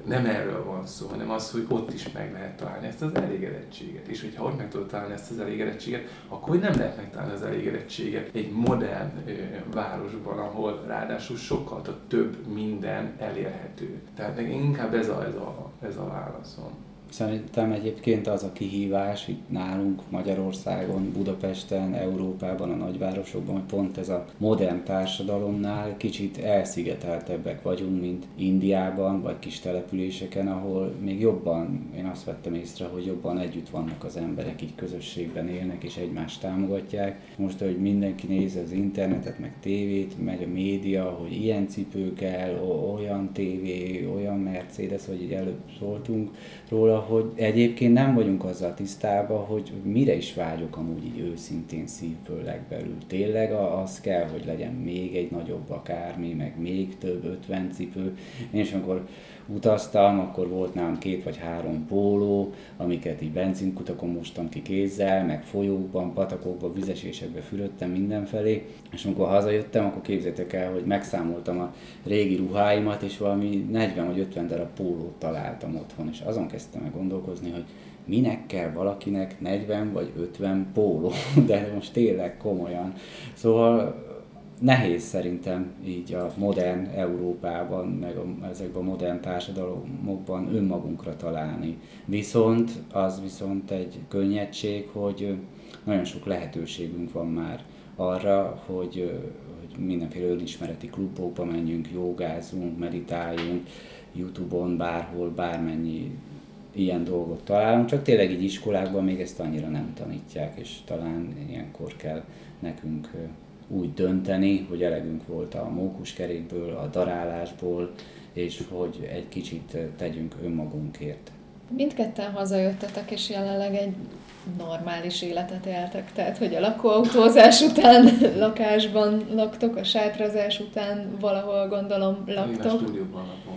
nem erről van szó, hanem az, hogy ott is meg lehet találni ezt az elégedettséget. És hogyha ott meg tudod találni ezt az elégedettséget, akkor nem lehet megtalálni az elégedettséget egy modern ö, városban, ahol ráadásul sokkal több minden elérhető. Tehát inkább ez a, ez a, ez a válaszom. Szerintem egyébként az a kihívás itt nálunk Magyarországon, Budapesten, Európában, a nagyvárosokban, hogy pont ez a modern társadalomnál kicsit elszigeteltebbek vagyunk, mint Indiában, vagy kis településeken, ahol még jobban, én azt vettem észre, hogy jobban együtt vannak az emberek, így közösségben élnek és egymást támogatják. Most, hogy mindenki nézi az internetet, meg tévét, megy a média, hogy ilyen cipő kell, olyan tévé, olyan Mercedes, hogy így előbb szóltunk róla, hogy egyébként nem vagyunk azzal tisztában, hogy mire is vágyok amúgy így őszintén szívből legbelül. Tényleg az kell, hogy legyen még egy nagyobb akármi, meg még több ötven cipő. Én is amikor utaztam, akkor volt nálam két vagy három póló, amiket így benzinkutakon mostam ki kézzel, meg folyókban, patakokban, vizesésekbe fürödtem mindenfelé. És amikor hazajöttem, akkor képzeljétek el, hogy megszámoltam a régi ruháimat, és valami negyven vagy ötven darab pólót találtam otthon, és azon kezdtem meg gondolkozni, hogy minek kell valakinek negyven vagy ötven póló, de most tényleg komolyan. Szóval nehéz szerintem így a modern Európában, meg a, ezekben a modern társadalomokban önmagunkra találni. Viszont az viszont egy könnyedség, hogy nagyon sok lehetőségünk van már arra, hogy, hogy mindenféle önismereti klubokba menjünk, jogázunk, meditáljunk, YouTube-on, bárhol, bármennyi ilyen dolgot találunk, csak tényleg így iskolákban még ezt annyira nem tanítják, és talán ilyenkor kell nekünk úgy dönteni, hogy elegünk volt a mókuskerékből, a darálásból, és hogy egy kicsit tegyünk önmagunkért. Mindketten hazajöttetek, és jelenleg egy normális életet éltek. Tehát, hogy a lakóautózás után lakásban laktok, a sátrazás után valahol gondolom laktok. Én a stúdióban lakom.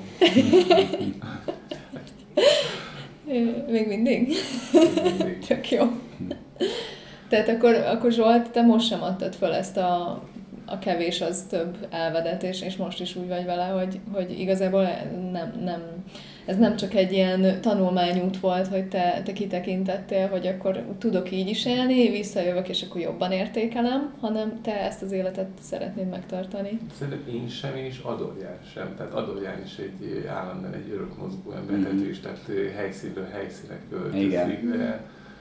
Még mindig? Még mindig. Tök jó. Tehát akkor, akkor Zsolt, te most sem adtad föl ezt a, a kevés az több elvedet, és, és most is úgy vagy vele, hogy, hogy igazából nem, nem, ez nem csak egy ilyen tanulmányút volt, hogy te, te kitekintettél, hogy akkor tudok így is élni, visszajövök, és akkor jobban értékelem, hanem te ezt az életet szeretnéd megtartani. Szerintem én sem, és Adorján sem. Tehát Adorján is egy állandóan egy örök mozgó ember, mm-hmm. tehát ő is tehát helyszínről helyszínre költözik. De,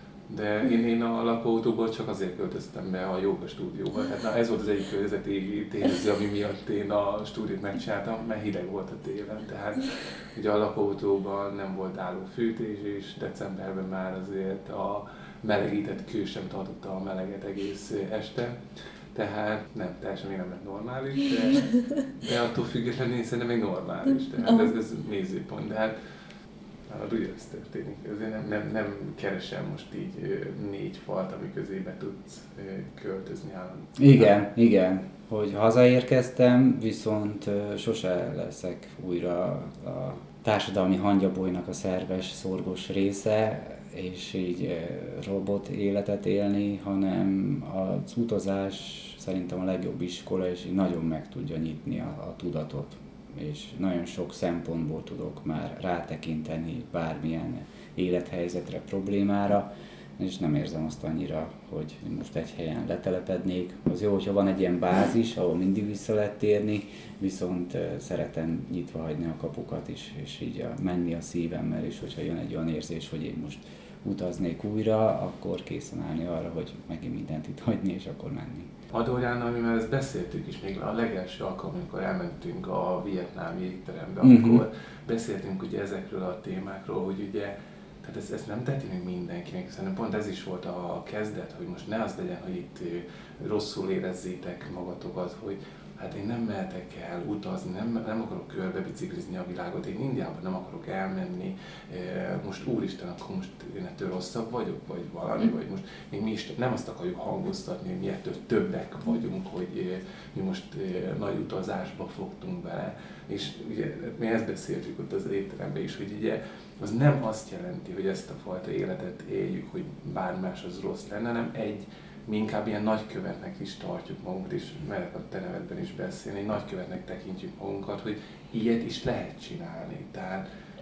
de én, én a lakóautóból csak azért költöztem be a jóga stúdióba. Tehát na, ez volt az egyik környezeti tényező, ami miatt én a stúdiót megcsináltam, mert hideg volt a télen. Tehát ugye a lakóautóban nem volt álló fűtés, és decemberben már azért a melegített kő sem tartotta a meleget egész este. Tehát nem, teljesen még nem lett normális, de, de attól függetlenül szerintem még normális. Tehát ez, ez nézőpont. De hát nálad ugye ez történik. Azért nem, nem, nem keresem most így négy falt, ami közébe tudsz költözni állandóan. Igen, igen. Hogy hazaérkeztem, viszont sose leszek újra a társadalmi hangyabolynak a szerves, szorgos része, és így robot életet élni, hanem az utazás szerintem a legjobb iskola, és így nagyon meg tudja nyitni a, a tudatot. És nagyon sok szempontból tudok már rátekinteni bármilyen élethelyzetre, problémára, és nem érzem azt annyira, hogy most egy helyen letelepednék. Az jó, hogyha van egy ilyen bázis, ahol mindig vissza lehet térni, viszont szeretem nyitva hagyni a kapukat is, és így a, menni a szívemmel, és hogyha jön egy olyan érzés, hogy én most utaznék újra, akkor készen állni arra, hogy megint mindent itt hagyni, és akkor menni. Adorjánnal, mi már ezt beszéltük is még a legelső alkalom, amikor elmentünk a vietnámi étterembe, uh-huh. akkor beszéltünk ugye ezekről a témákról, hogy ugye tehát ezt, ezt nem teheti meg mindenkinek, szerintem pont ez is volt a kezdet, hogy most ne az legyen, hogy itt rosszul érezzétek magatokat, hogy hát én nem mehetek el utazni, nem, nem akarok körbe biciklizni a világot, én Indiában nem akarok elmenni, most úristen, akkor most én ettől rosszabb vagyok, vagy valami, vagy most még mi is nem azt akarjuk hangoztatni, hogy mi ettől többek vagyunk, hogy mi most nagy utazásba fogtunk bele. És ugye mi ezt beszéltük ott az étteremben is, hogy ugye az nem azt jelenti, hogy ezt a fajta életet éljük, hogy bármi más az rossz lenne, hanem egy, mi inkább ilyen nagykövetnek is tartjuk magunkat, és merek a te nevedben is beszélni, nagykövetnek tekintjük magunkat, hogy ilyet is lehet csinálni. Tehát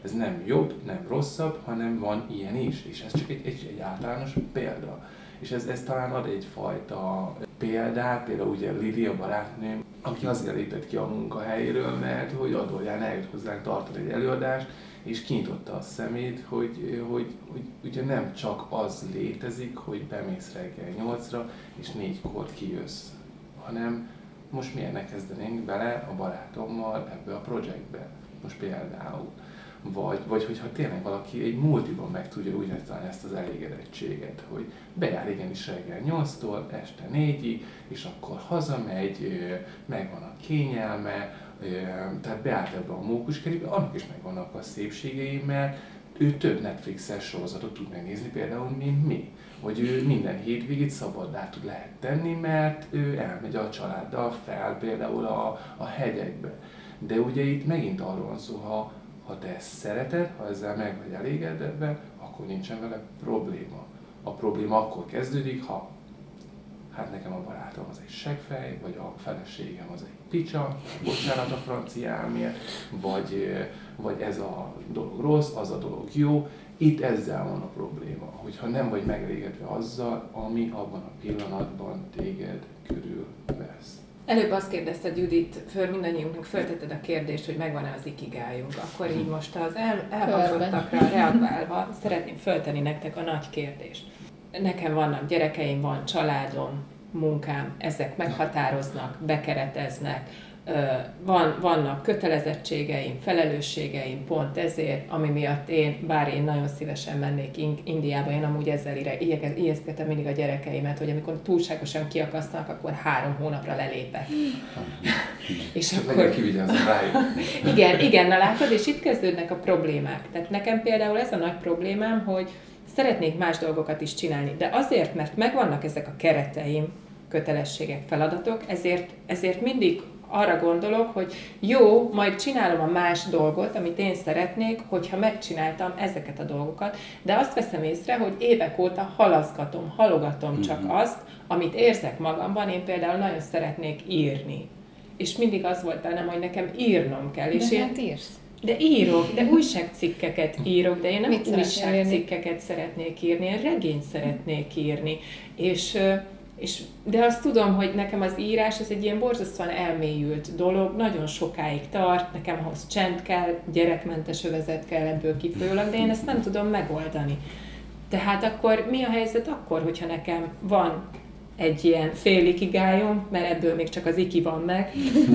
Ez nem jobb, nem rosszabb, hanem van ilyen is, és ez csak egy, egy, egy általános példa. És ez, ez talán ad egyfajta példát, például ugye Lili, a barátnőm, aki azért lépett ki a munkahelyéről, mert hogy adolján eljött hozzánk tartani egy előadást, és kinyitotta a szemét, hogy, hogy, hogy ugye nem csak az létezik, hogy bemész reggel nyolcra, és négykor kijössz, hanem most miért kezdenénk bele a barátommal ebbe a projektbe, most például. Vagy, vagy hogyha tényleg valaki egy multiban meg tudja úgy találni ezt az elégedettséget, hogy bejár igenis reggel nyolctól este négyig, és akkor hazamegy, megvan a kényelme, tehát beállt ebbe a mókuskerébe, annak is megvannak a szépségei, mert ő több Netflixes sorozatot tud megnézni például, mint mi. Hogy ő minden hétvégét szabaddá tud lehet tenni, mert ő elmegy a családdal fel például a, a hegyekbe. De ugye itt megint arról van szó, ha, ha te ezt szereted, ha ezzel meg vagy elégedve, akkor nincsen vele probléma. A probléma akkor kezdődik, ha hát nekem a barátom az egy seggfej, vagy a feleségem az egy picsa, bocsánat a franciámért, vagy, vagy ez a dolog rossz, az a dolog jó. Itt ezzel van a probléma, hogyha nem vagy megelégedve azzal, ami abban a pillanatban téged körülvesz. Előbb azt kérdezted, Judit, föl mindannyiunknak föltetted a kérdést, hogy megvan-e az ikigályunk. Akkor így most az el, elhangzottakra reagálva szeretném föltenni nektek a nagy kérdést. Nekem vannak gyerekeim, van családom, munkám, ezek meghatároznak, bekereteznek, van, vannak kötelezettségeim, felelősségeim pont ezért, ami miatt én, bár én nagyon szívesen mennék Indiába, én amúgy ezzel ijesztgetem mindig a gyerekeimet, hogy amikor túlságosan kiakasztanak, akkor három hónapra lelépek. És akkor... kivigyázzam rájuk. Igen, igen, na látod, és itt kezdődnek a problémák. Tehát nekem például ez a nagy problémám, hogy szeretnék más dolgokat is csinálni, de azért, mert megvannak ezek a kereteim, kötelességek, feladatok, ezért, ezért mindig arra gondolok, hogy jó, majd csinálom a más dolgot, amit én szeretnék, hogyha megcsináltam ezeket a dolgokat, de azt veszem észre, hogy évek óta halaszgatom, halogatom csak mm-hmm. azt, amit érzek magamban, én például nagyon szeretnék írni. És mindig az volt bennem, hogy nekem írnom kell. De és én... hát írsz. De írok, de újságcikkeket írok, de én nem újságcikkeket szeretnék írni, én regényt szeretnék írni. És, és, de azt tudom, hogy nekem az írás az egy ilyen borzasztóan elmélyült dolog, nagyon sokáig tart, nekem ahhoz csend kell, gyerekmentes övezet kell ebből kifolyólag, de én ezt nem tudom megoldani. Tehát akkor mi a helyzet akkor, hogyha nekem van egy ilyen fél ikigályom, mert ebből még csak az iki van meg,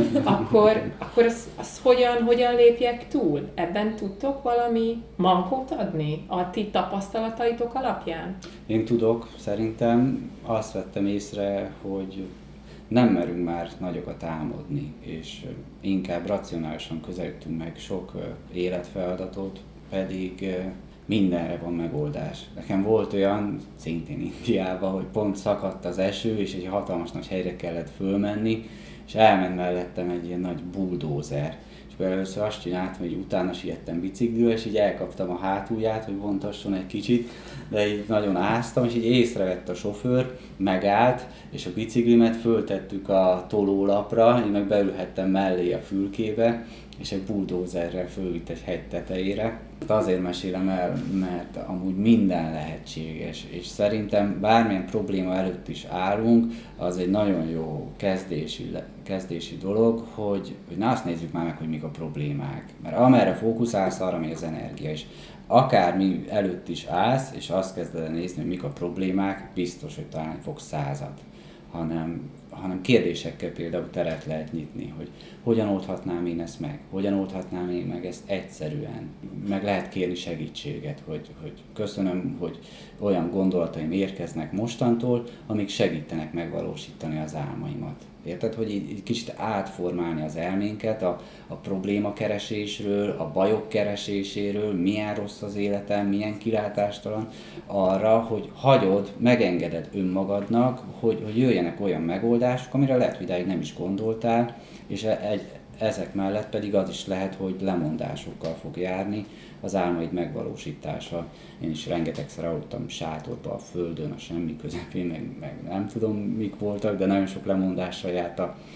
akkor, akkor az, az hogyan, hogyan lépjek túl? Ebben tudtok valami mankót adni a ti tapasztalataitok alapján? Én tudok, szerintem azt vettem észre, hogy nem merünk már nagyokat álmodni, és inkább racionálisan közelítünk meg sok életfeladatot, pedig mindenre van megoldás. Nekem volt olyan, szintén Indiában, hogy pont szakadt az eső, és egy hatalmas nagy helyre kellett fölmenni, és elment mellettem egy ilyen nagy buldózer. És akkor először azt csináltam, hogy utána siettem biciklivel, és így elkaptam a hátulját, hogy vontasson egy kicsit, de így nagyon áztam, és így észrevett a sofőr, megállt, és a biciklimet föltettük a tolólapra, én meg beülhettem mellé a fülkébe, és egy buldózerrel fölvitt egy hegy tetejére. Azért mesélem el, mert amúgy minden lehetséges, és szerintem bármilyen probléma előtt is állunk, az egy nagyon jó kezdési, kezdési dolog, hogy, hogy ne azt nézzük már meg, hogy mik a problémák. Mert amerre fókuszálsz, arra megy az energia is. Akármi előtt is állsz, és azt kezded el nézni, hogy mik a problémák, biztos, hogy találni fogsz százat. Hanem, hanem kérdésekkel például teret lehet nyitni, hogy hogyan oldhatnám én ezt meg, hogyan oldhatnám én meg ezt egyszerűen. Meg lehet kérni segítséget, hogy, hogy köszönöm, hogy olyan gondolataim érkeznek mostantól, amik segítenek megvalósítani az álmaimat. Érted, hogy így, így kicsit átformálni az elménket a, a probléma keresésről, a bajok kereséséről, milyen rossz az életem, milyen kilátástalan, arra, hogy hagyod, megengeded önmagadnak, hogy, hogy jöjjenek olyan megoldások, amire lehet, hogy idáig nem is gondoltál, és egy, ezek mellett pedig az is lehet, hogy lemondásokkal fog járni az álmaid megvalósítása. Én is rengetegszer aludtam sátorba a földön, a semmi közepén, meg, meg nem tudom mik voltak, de nagyon sok lemondással járt a,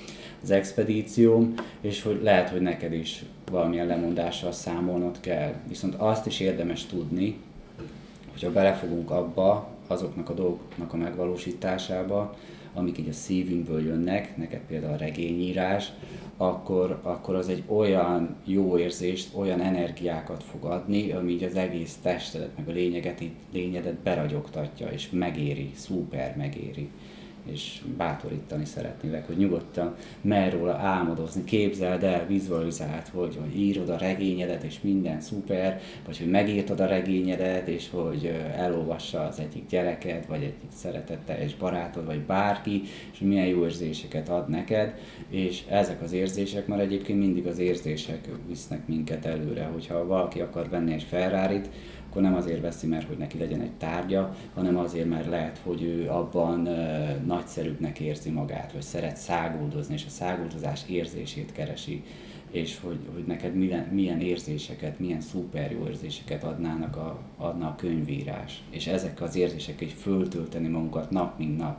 az expedícióm, és hogy lehet, hogy neked is valamilyen lemondással számolnod kell. Viszont azt is érdemes tudni, hogyha belefogunk abba, azoknak a dolgoknak a megvalósításába, amik így a szívünkből jönnek, neked például a regényírás, akkor, akkor az egy olyan jó érzést, olyan energiákat fog adni, ami így az egész testedet, meg a lényeget, lényedet beragyogtatja, és megéri, szuper megéri. És bátorítani szeretnélek, hogy nyugodtan merj róla álmodozni, képzeld el, vizualizáld, hogy, hogy írod a regényedet, és minden szuper, vagy hogy megírtad a regényedet, és hogy elolvassa az egyik gyereked, vagy egyik szeretetteljes barátod, vagy bárki, és milyen jó érzéseket ad neked, és ezek az érzések, már egyébként mindig az érzések visznek minket előre, hogyha valaki akar venni egy Ferrarit, akkor nem azért veszi, mert hogy neki legyen egy tárgya, hanem azért, mert lehet, hogy ő abban uh, nagyszerűbbnek érzi magát, vagy szeret száguldozni, és a száguldozás érzését keresi, és hogy, hogy neked milyen, milyen érzéseket, milyen szuper jó érzéseket adnának a, adna a könyvírás. És ezek az érzések így föltölteni magunkat nap, mint nap,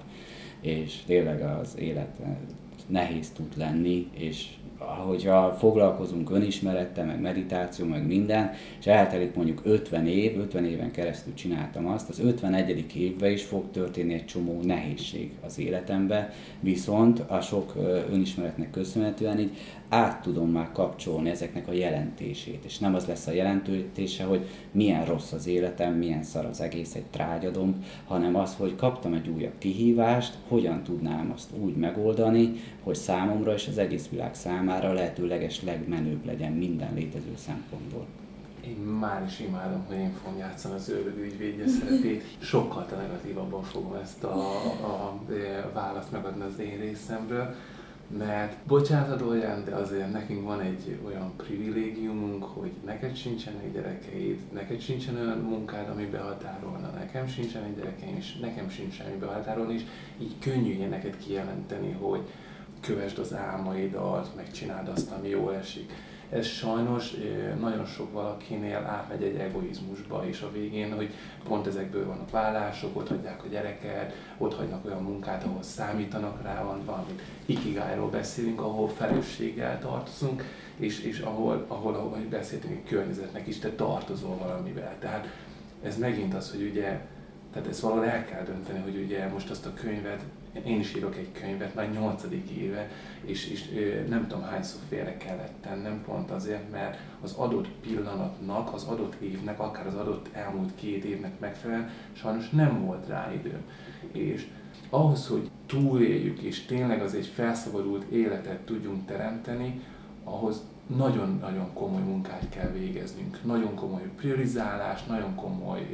és tényleg az élet nehéz tud lenni, és ahogyha foglalkozunk önismerettel, meg meditáció, meg minden, és eltelik mondjuk ötven év, ötven éven keresztül csináltam azt, az ötvenegyedik évben is fog történni egy csomó nehézség az életemben, viszont a sok önismeretnek köszönhetően így át tudom már kapcsolni ezeknek a jelentését, és nem az lesz a jelentése, hogy milyen rossz az életem, milyen szar az egész, egy trágyadomb, hanem az, hogy kaptam egy újabb kihívást, hogyan tudnám azt úgy megoldani, hogy számomra és az egész világ számára lehetőleges legmenőbb legyen minden létező szempontból. Én már is imádom, hogy én fogom játszani az ördög ügyvédje szerepét. Sokkal negatívabban fogom ezt a, a, a választ megadni az én részemről, mert bocsánat Adorján, de azért nekünk van egy olyan privilégiumunk, hogy neked sincsenek gyerekeid, neked sincsen olyan munkád, ami behatárolna, nekem sincsenek gyerekeim, és nekem sincs semmi behatárolni, és így könnyű neked kijelenteni, hogy kövesd az álmaidat, megcsináld azt, ami jól esik. Ez sajnos nagyon sok valakinél átmegy egy egoizmusba, és a végén, hogy pont ezekből vannak vállások, ott hagyják a gyereket, ott hagynak olyan munkát, ahol számítanak rá, van valamit ikigájról beszélünk, ahol felelősséggel tartozunk, és, és ahol, ahol, ahol beszéltünk egy környezetnek is, te tartozol valamivel. Tehát ez megint az, hogy ugye, tehát ezt valahol el kell dönteni, hogy ugye most azt a könyvet, én is írok egy könyvet, már nyolcadik éve, és, és nem tudom hányszor félre kellett tennem, pont azért, mert az adott pillanatnak, az adott évnek, akár az adott elmúlt két évnek megfelelően sajnos nem volt rá időm. És ahhoz, hogy túléljük, és tényleg az egy felszabadult életet tudjunk teremteni, ahhoz nagyon-nagyon komoly munkát kell végeznünk. Nagyon komoly priorizálás, nagyon komoly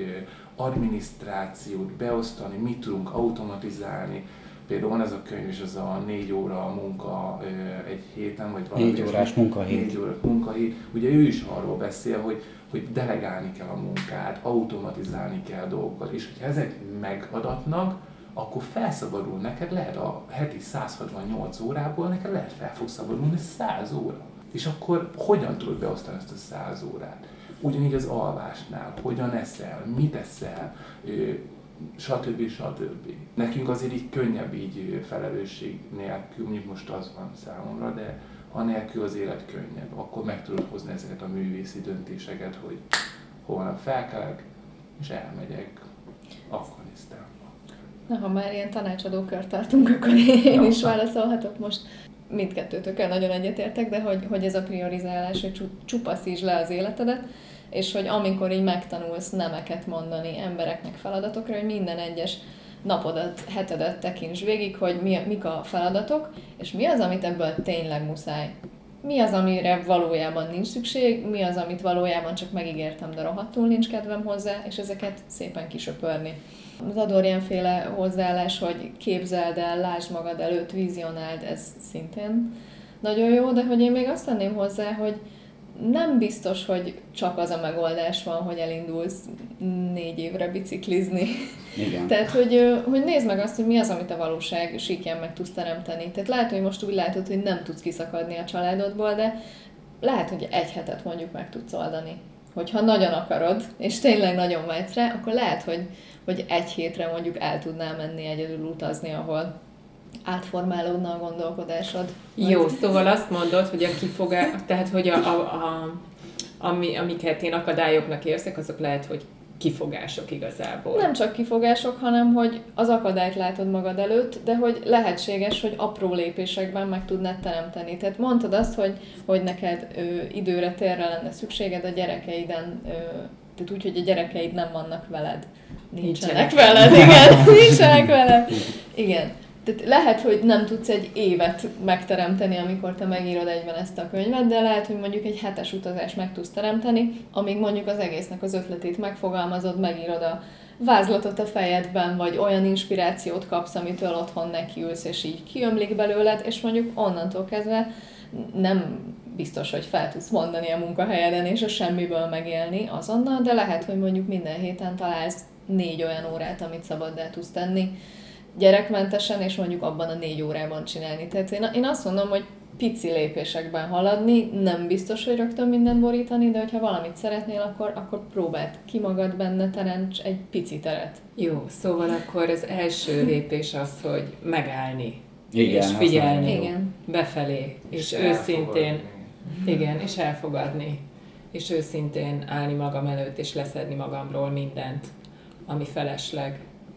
adminisztrációt beosztani, mit tudunk automatizálni. Például van ez a könyv is, az a négy óra munka egy héten, vagy valami. Négy órás munkahét. Négy órás munkahét. Ugye ő is arról beszél, hogy, hogy delegálni kell a munkát, automatizálni kell dolgokat, és hogyha ezek megadatnak, akkor felszabadul neked, lehet a heti száz hatvannyolc órából, neked lehet fel fog szabadulni száz óra. És akkor hogyan tudod beosztani ezt a száz órát? Ugyanígy az alvásnál, hogyan eszel, mit eszel, stb. stb. Nekünk azért így könnyebb így felelősség nélkül, mondjuk most az van számomra, de anélkül az élet könnyebb. Akkor meg tudod hozni ezeket a művészi döntéseket, hogy holnap felkelek, és elmegyek Afganisztánba. Na, ha már ilyen tanácsadókört tartunk, akkor én is válaszolhatok most. Mindkettőtökkel nagyon egyetértek, de hogy, hogy ez a priorizálás, hogy csupaszítsd le az életedet, és hogy amikor így megtanulsz nemeket mondani embereknek, feladatokra, hogy minden egyes napodat, hetedet tekints végig, hogy mi, mik a feladatok, és mi az, amit ebből tényleg muszáj. Mi az, amire valójában nincs szükség, mi az, amit valójában csak megígértem, de rohadtul nincs kedvem hozzá, és ezeket szépen kisöpörni. Az Adorján féle hozzáállás, hogy képzeld el, lásd magad előtt, vizionáld, ez szintén nagyon jó, de hogy én még azt tenném hozzá, hogy nem biztos, hogy csak az a megoldás van, hogy elindulsz négy évre biciklizni. Igen. Tehát, hogy, hogy nézd meg azt, hogy mi az, amit a valóság síkján meg tudsz teremteni. Tehát lehet, hogy most úgy látod, hogy nem tudsz kiszakadni a családodból, de lehet, hogy egy hetet mondjuk meg tudsz oldani. Hogyha nagyon akarod, és tényleg nagyon vágysz rá, akkor lehet, hogy, hogy egy hétre mondjuk el tudnál menni egyedül utazni, ahol átformálódna a gondolkodásod. Jó, szóval azt mondod, hogy a kifogás, tehát hogy a, a, a, ami, amiket én akadályoknak érzek, azok lehet, hogy kifogások igazából. Nem csak kifogások, hanem hogy az akadályt látod magad előtt, de hogy lehetséges, hogy apró lépésekben meg tudnád teremteni. Tehát mondtad azt, hogy, hogy neked ö, időre, térre lenne szükséged a gyerekeiden, ö, tehát úgy, hogy a gyerekeid nem vannak veled. Nincsenek, nincsenek veled, igen, nincsenek veled. Igen. Tehát lehet, hogy nem tudsz egy évet megteremteni, amikor te megírod egyben ezt a könyvet, de lehet, hogy mondjuk egy hetes utazást meg tudsz teremteni, amíg mondjuk az egésznek az ötletét megfogalmazod, megírod a vázlatot a fejedben, vagy olyan inspirációt kapsz, amitől otthon nekiülsz, és így kiömlik belőled, és mondjuk onnantól kezdve nem biztos, hogy fel tudsz mondani a munkahelyeden, és a semmiből megélni azonnal, de lehet, hogy mondjuk minden héten találsz négy olyan órát, amit szabaddá tudsz tenni, gyerekmentesen, és mondjuk abban a négy órában csinálni. Tehát én, én azt mondom, hogy pici lépésekben haladni, nem biztos, hogy rögtön mindent borítani, de hogyha valamit szeretnél, akkor, akkor próbáld ki magad benne, teremts egy pici teret. Jó, szóval akkor az első lépés az, hogy megállni, igen, és figyelni igen. befelé, és, és őszintén, igen, és elfogadni, és őszintén állni magam előtt, és leszedni magamról mindent, ami felesleg.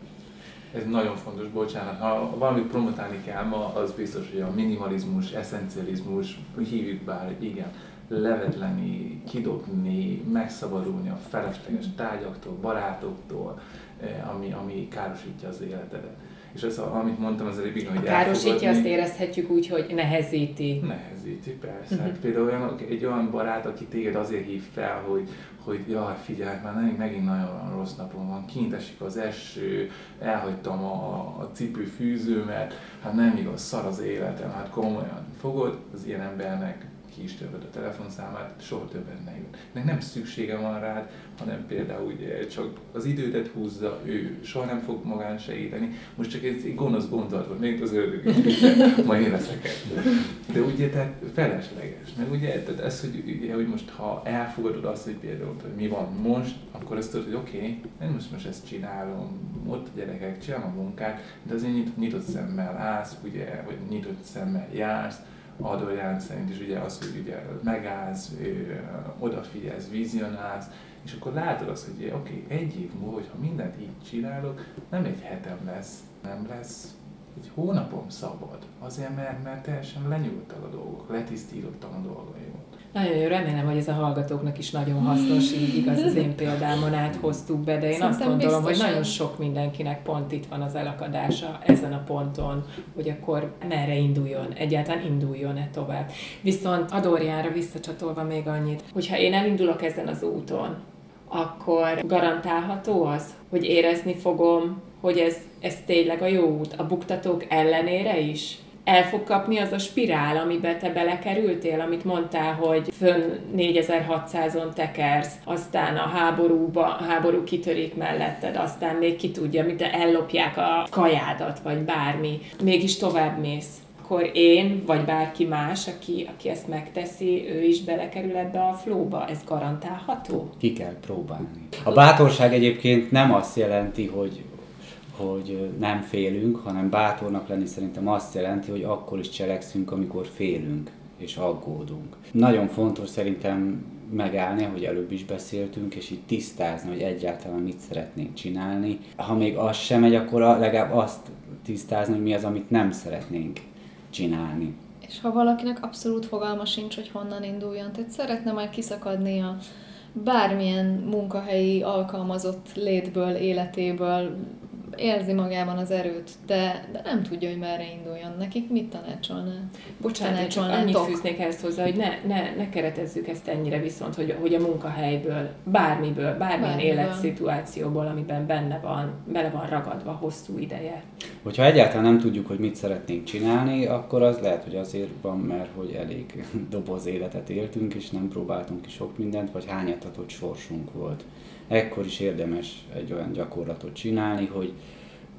Ez nagyon fontos, bocsánat. Ha valamit promotálni kell ma, az biztos, hogy a minimalizmus, eszencializmus, hívjuk bár, igen, levetleni, kidobni, megszabadulni a felesleges tárgyaktól, barátoktól, ami, ami károsítja az életedet. És ez, amit mondtam az előbb, hogy károsítja, azt érezhetjük úgy, hogy nehezíti. Nehezíti, persze. Uh-huh. Például olyan, egy olyan barát, aki téged azért hív fel, hogy, hogy jaj, figyelj, már nem, megint nagyon rossz napom van, kint esik az eső, elhagytam a, a cipőfűzőmet, hát nem igaz, szar az életem, hát komolyan fogod, az ilyen embernek ki is töröd a telefonszámát, soha többet ne jön. Nek nem szüksége van rád, hanem például ugye csak az idődet húzza, ő soha nem fog magán segíteni. Most csak egy gonosz gondolat volt, még az ördög, majd én leszek ebből. De ugye tehát felesleges. Meg ugye tehát ez, hogy, ugye, hogy most ha elfogadod azt, hogy például, hogy mi van most, akkor azt tudod, hogy oké, okay, én most, most ezt csinálom, ott a gyerekek, csinálom a munkát, de azért nyitott, nyitott szemmel állsz, ugye, vagy nyitott szemmel jársz, Adorján szerint is ugye az, hogy ugye megállsz, odafigyelsz, vizionálsz, és akkor látod azt, hogy oké, okay, egy év múlva, hogyha mindent így csinálok, nem egy hetem lesz, nem lesz egy hónapom szabad. Azért, mert, mert teljesen lenyúltak a dolgok, letisztítottam a dolgaimat. Nagyon jó, remélem, hogy ez a hallgatóknak is nagyon hasznos, így igaz, az én példámon áthoztuk be, de én Szerintem azt gondolom, biztosan. hogy nagyon sok mindenkinek pont itt van az elakadása ezen a ponton, hogy akkor merre induljon, egyáltalán induljon-e tovább. Viszont Adorjánra visszacsatolva még annyit, hogyha én elindulok ezen az úton, akkor garantálható az, hogy érezni fogom, hogy ez, ez tényleg a jó út, a buktatók ellenére is? El fog kapni az a spirál, amiben te belekerültél, amit mondtál, hogy fönn négyezer-hatszázon tekersz, aztán a háborúba, a háború kitörik melletted, aztán még ki tudja, mint ellopják a kajádat, vagy bármi, mégis tovább mész. Akkor én, vagy bárki más, aki, aki ezt megteszi, ő is belekerül ebbe a flowba. Ez garantálható? Ki kell próbálni. A bátorság egyébként nem azt jelenti, hogy hogy nem félünk, hanem bátornak lenni szerintem azt jelenti, hogy akkor is cselekszünk, amikor félünk és aggódunk. Nagyon fontos szerintem megállni, ahogy előbb is beszéltünk, és így tisztázni, hogy egyáltalán mit szeretnénk csinálni. Ha még az sem megy, akkor legalább azt tisztázni, hogy mi az, amit nem szeretnénk csinálni. És ha valakinek abszolút fogalma sincs, hogy honnan induljon, tehát szeretne már kiszakadni a bármilyen munkahelyi alkalmazott létből, életéből, érzi magában az erőt, de, de nem tudja, hogy merre induljon. Nekik mit tanácsolnál? Bocsánat, én csak annyit fűznék ezt hozzá, hogy ne, ne, ne keretezzük ezt ennyire viszont, hogy, hogy a munkahelyből, bármiből, bármilyen bármiből. életszituációból, amiben benne van, bele van ragadva hosszú ideje. Hogyha egyáltalán nem tudjuk, hogy mit szeretnénk csinálni, akkor az lehet, hogy azért van, mert hogy elég doboz életet éltünk, és nem próbáltunk ki sok mindent, vagy hányatatott sorsunk volt. Ekkor is érdemes egy olyan gyakorlatot csinálni, hogy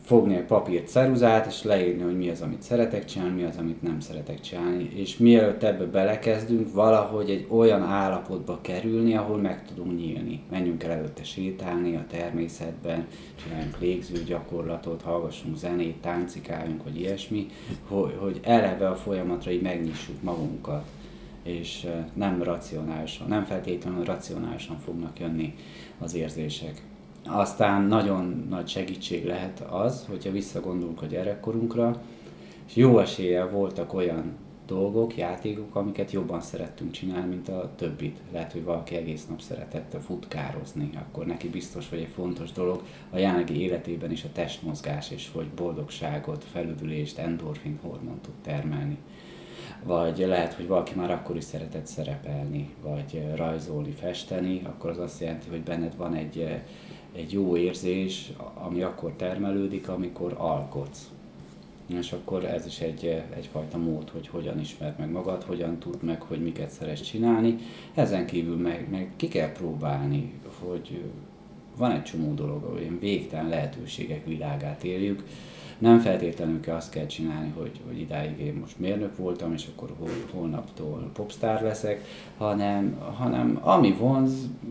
fogni egy papírt, ceruzát, és leírni, hogy mi az, amit szeretek csinálni, mi az, amit nem szeretek csinálni. És mielőtt ebbe belekezdünk, valahogy egy olyan állapotba kerülni, ahol meg tudunk nyílni. Menjünk el előtte sétálni a természetben, csináljunk légző gyakorlatot, hallgassunk zenét, táncikáljunk, vagy ilyesmi, hogy, hogy eleve a folyamatra így megnyissuk magunkat, és nem racionálisan, nem feltétlenül racionálisan fognak jönni az érzések. Aztán nagyon nagy segítség lehet az, hogyha visszagondolunk a gyerekkorunkra, és jó eséllyel voltak olyan dolgok, játékok, amiket jobban szerettünk csinálni, mint a többit. Lehet, hogy valaki egész nap szeretett futkározni, akkor neki biztos, hogy egy fontos dolog a jelenlegi életében is a testmozgás, és hogy boldogságot, felüdülést, endorfin hormont tud termelni. Vagy lehet, hogy valaki már akkor is szeretett szerepelni, vagy rajzolni, festeni, akkor az azt jelenti, hogy benned van egy, egy jó érzés, ami akkor termelődik, amikor alkotsz. És akkor ez is egy, egyfajta mód, hogy hogyan ismerd meg magad, hogyan tudd meg, hogy miket szeretsz csinálni. Ezen kívül meg, meg ki kell próbálni, hogy van egy csomó dolog, ahol ilyen végtelen lehetőségek világát éljük. Nem feltétlenül kell azt kell csinálni, hogy, hogy idáig én most mérnök voltam, és akkor hol, holnaptól popstar leszek, hanem, hanem ami vonz,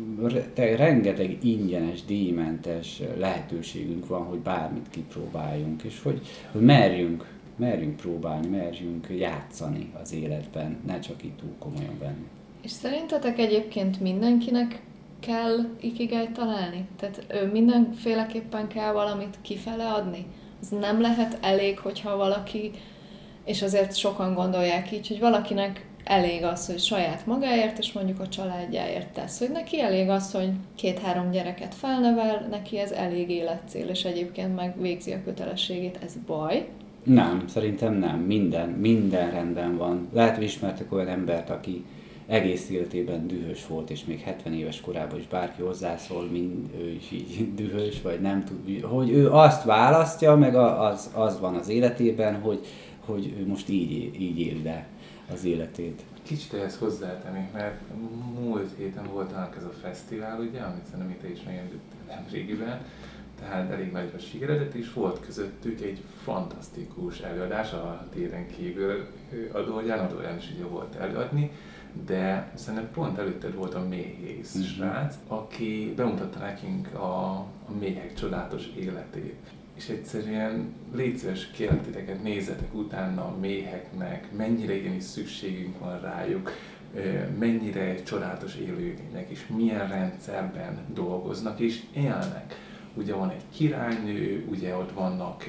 rengeteg ingyenes, díjmentes lehetőségünk van, hogy bármit kipróbáljunk, és hogy, hogy merjünk, merjünk próbálni, merjünk játszani az életben, ne csak itt túl komolyan venni. És szerintetek egyébként mindenkinek kell ikigájt találni? Tehát ő mindenféleképpen kell valamit kifele adni? Ez nem lehet elég, hogyha valaki, és azért sokan gondolják így, hogy valakinek elég az, hogy saját magáért, és mondjuk a családjáért tesz. Hogy neki elég az, hogy két-három gyereket felnevel, neki ez elég életcél, és egyébként meg végzi a kötelességét. Ez baj? Nem, szerintem nem. Minden, minden rendben van. Lehet, hogy ismertek olyan embert, aki egész életében dühös volt, és még hetven éves korában is bárki hozzászól, mind ő is így dühös, vagy nem tud, hogy ő azt választja, meg az, az van az életében, hogy, hogy ő most így, így él le az életét. Kicsit ehhez hozzátennék, mert múlt héten volt annak ez a fesztivál, ugye, amit szerintem te is megjelentettél nem régiben, tehát elég nagy a sikeredet, és volt közöttük egy fantasztikus előadás, a téren kívül Adorján, Adorján is ugye volt előadni, de szerintem pont előtted volt a méhész mm-hmm. srác, aki bemutatta nekünk a, a méhek csodálatos életét. És egyszerűen légy szíves, kérlek titeket, nézzetek utána a méheknek, mennyire igenis szükségünk van rájuk, mennyire csodálatos élőlények, és milyen rendszerben dolgoznak és élnek. Ugye van egy királynő, ugye ott vannak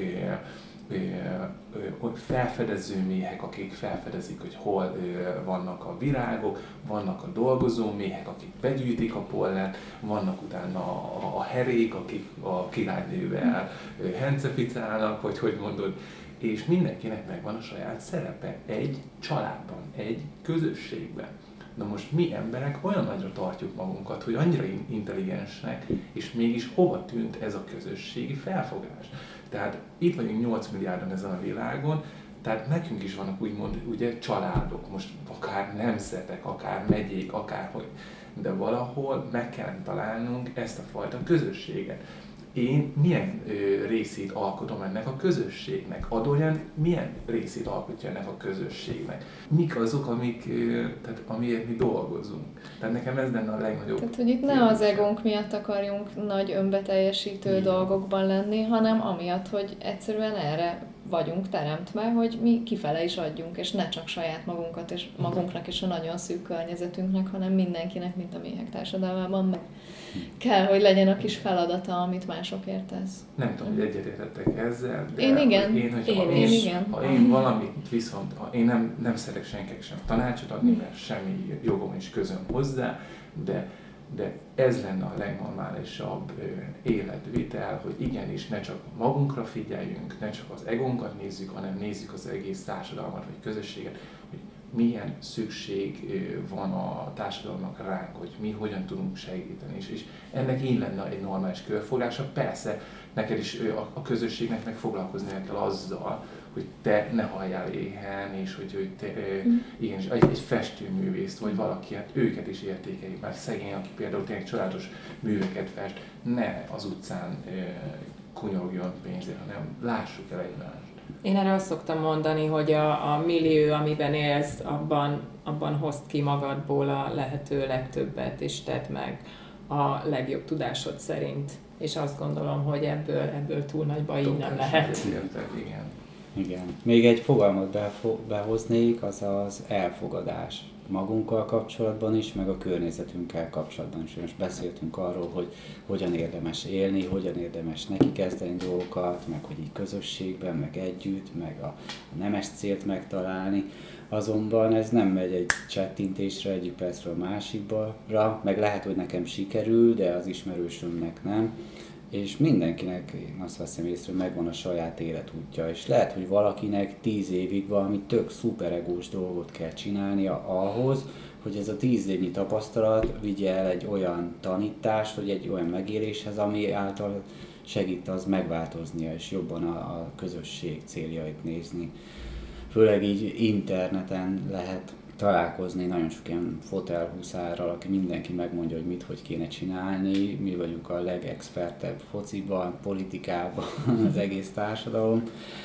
felfedező méhek, akik felfedezik, hogy hol vannak a virágok, vannak a dolgozó méhek, akik begyűjtik a pollent, vannak utána a, a herék, akik a királynővel henceficálnak, vagy hogy mondod, és mindenkinek megvan a saját szerepe egy családban, egy közösségben. Na most mi emberek olyan nagyra tartjuk magunkat, hogy annyira intelligensnek, és mégis hova tűnt ez a közösségi felfogás? Tehát itt vagyunk nyolc milliárdan ezen a világon, tehát nekünk is vannak úgymond ugye családok, most akár nemzetek, akár megyék, akárhogy, de valahol meg kellene találnunk ezt a fajta közösséget. Én milyen ö, részét alkotom ennek a közösségnek? Adorján milyen részét alkotja ennek a közösségnek? Mik azok, amik, ö, tehát amiért mi dolgozunk? Tehát nekem ez lenne a legnagyobb. Tehát, hogy itt ne az egónk miatt akarjunk nagy önbeteljesítő Igen. dolgokban lenni, hanem amiatt, hogy egyszerűen erre vagyunk teremtve, hogy mi kifele is adjunk, és ne csak saját magunkat és magunknak és a nagyon szűk környezetünknek, hanem mindenkinek, mint a méhek társadalmában meg kell, hogy legyen a kis feladata, amit másokért tesz. Nem tudom, hogy egyetértettek ezzel, de én igen. Én, hogy én, ha, én, én, igen. ha én valamit viszont, ha én nem, nem szeretek senkinek sem tanácsot adni, mert semmi jogom és közöm hozzá, de de ez lenne a legnormálisabb életvitel, hogy igenis ne csak magunkra figyeljünk, ne csak az egónkat nézzük, hanem nézzük az egész társadalmat vagy közösséget, hogy milyen szükség van a társadalomnak ránk, hogy mi hogyan tudunk segíteni. És, és ennek így lenne egy normális körfogása. Persze, neked is a, a közösségnek meg foglalkoznia kell azzal, hogy te ne halljál éhen, és hogy, hogy te, mm. igenis, egy, egy festőművészt, vagy valaki, hát őket is értékeljük, mert szegény, aki például tényleg csodálatos műveket fest, ne az utcán kunyogjon pénzért, hanem lássuk el egymást. Én erre azt szoktam mondani, hogy a, a millió, amiben élsz, abban, abban hozd ki magadból a lehető legtöbbet, és tedd meg a legjobb tudásod szerint. És azt gondolom, hogy ebből, ebből túl nagy baj így nem lehet. Értek, igen. Igen. Még egy fogalmat befo- behoznék, az az elfogadás. Magunkkal kapcsolatban is, meg a környezetünkkel kapcsolatban is. Most beszéltünk arról, hogy hogyan érdemes élni, hogyan érdemes neki kezdeni dolgokat, meg hogy így közösségben, meg együtt, meg a nemes célt megtalálni. Azonban ez nem megy egy csettintésre egyik percről a másikra, meg lehet, hogy nekem sikerül, de az ismerősömnek nem. És mindenkinek, én azt veszem észre, hogy megvan a saját életútja, és lehet, hogy valakinek tíz évig valami tök szuperegós dolgot kell csinálnia ahhoz, hogy ez a tíz évnyi tapasztalat vigye el egy olyan tanítást, vagy egy olyan megéléshez, ami által segít az megváltoznia, és jobban a, a közösség céljait nézni. Főleg így interneten lehet találkozni nagyon sok ilyen fotelhuszárral, aki mindenki megmondja, hogy mit, hogy kéne csinálni. Mi vagyunk a legexpertebb fociban, politikában, az egész társadalom.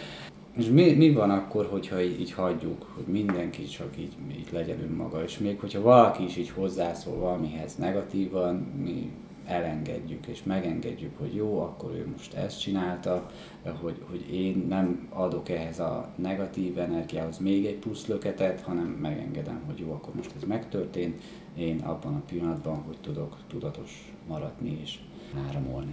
És mi, mi van akkor, hogyha így, így hagyjuk, hogy mindenki csak így, így legyen önmaga, és még hogyha valaki is így hozzászól valamihez negatívan, mi elengedjük és megengedjük, hogy jó, akkor ő most ezt csinálta, hogy, hogy én nem adok ehhez a negatív energiához még egy plusz löketet, hanem megengedem, hogy jó, akkor most ez megtörtént, én abban a pillanatban, hogy tudok tudatos maradni és áramolni.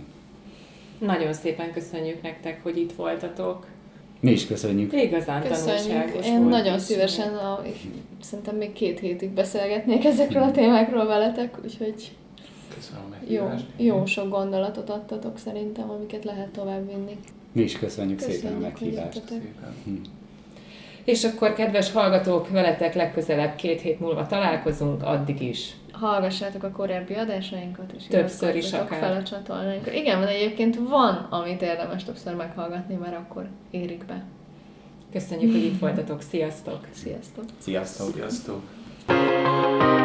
Nagyon szépen köszönjük nektek, hogy itt voltatok. Mi is köszönjük. Igazán Köszönjük. tanulságos Én volt nagyon is. szívesen, a, szerintem még két hétig beszélgetnék ezekről a témákról veletek, úgyhogy Köszönöm a jó, meghívást. jó sok gondolatot adtatok szerintem, amiket lehet tovább vinni. Mi is köszönjük, Köszönjük, szépen a hogy meghívást. jöttetek. Szépen. És akkor, kedves hallgatók, veletek legközelebb két hét múlva találkozunk, addig is. Hallgassátok a korábbi adásainkat, és Többször is iratkozzatok akár. fel a csatornánkra. Igen, van egyébként van, amit érdemes többször meghallgatni, mert akkor érik be. Köszönjük, hogy itt voltatok. Sziasztok! Sziasztok! Sziasztok! Sziasztok!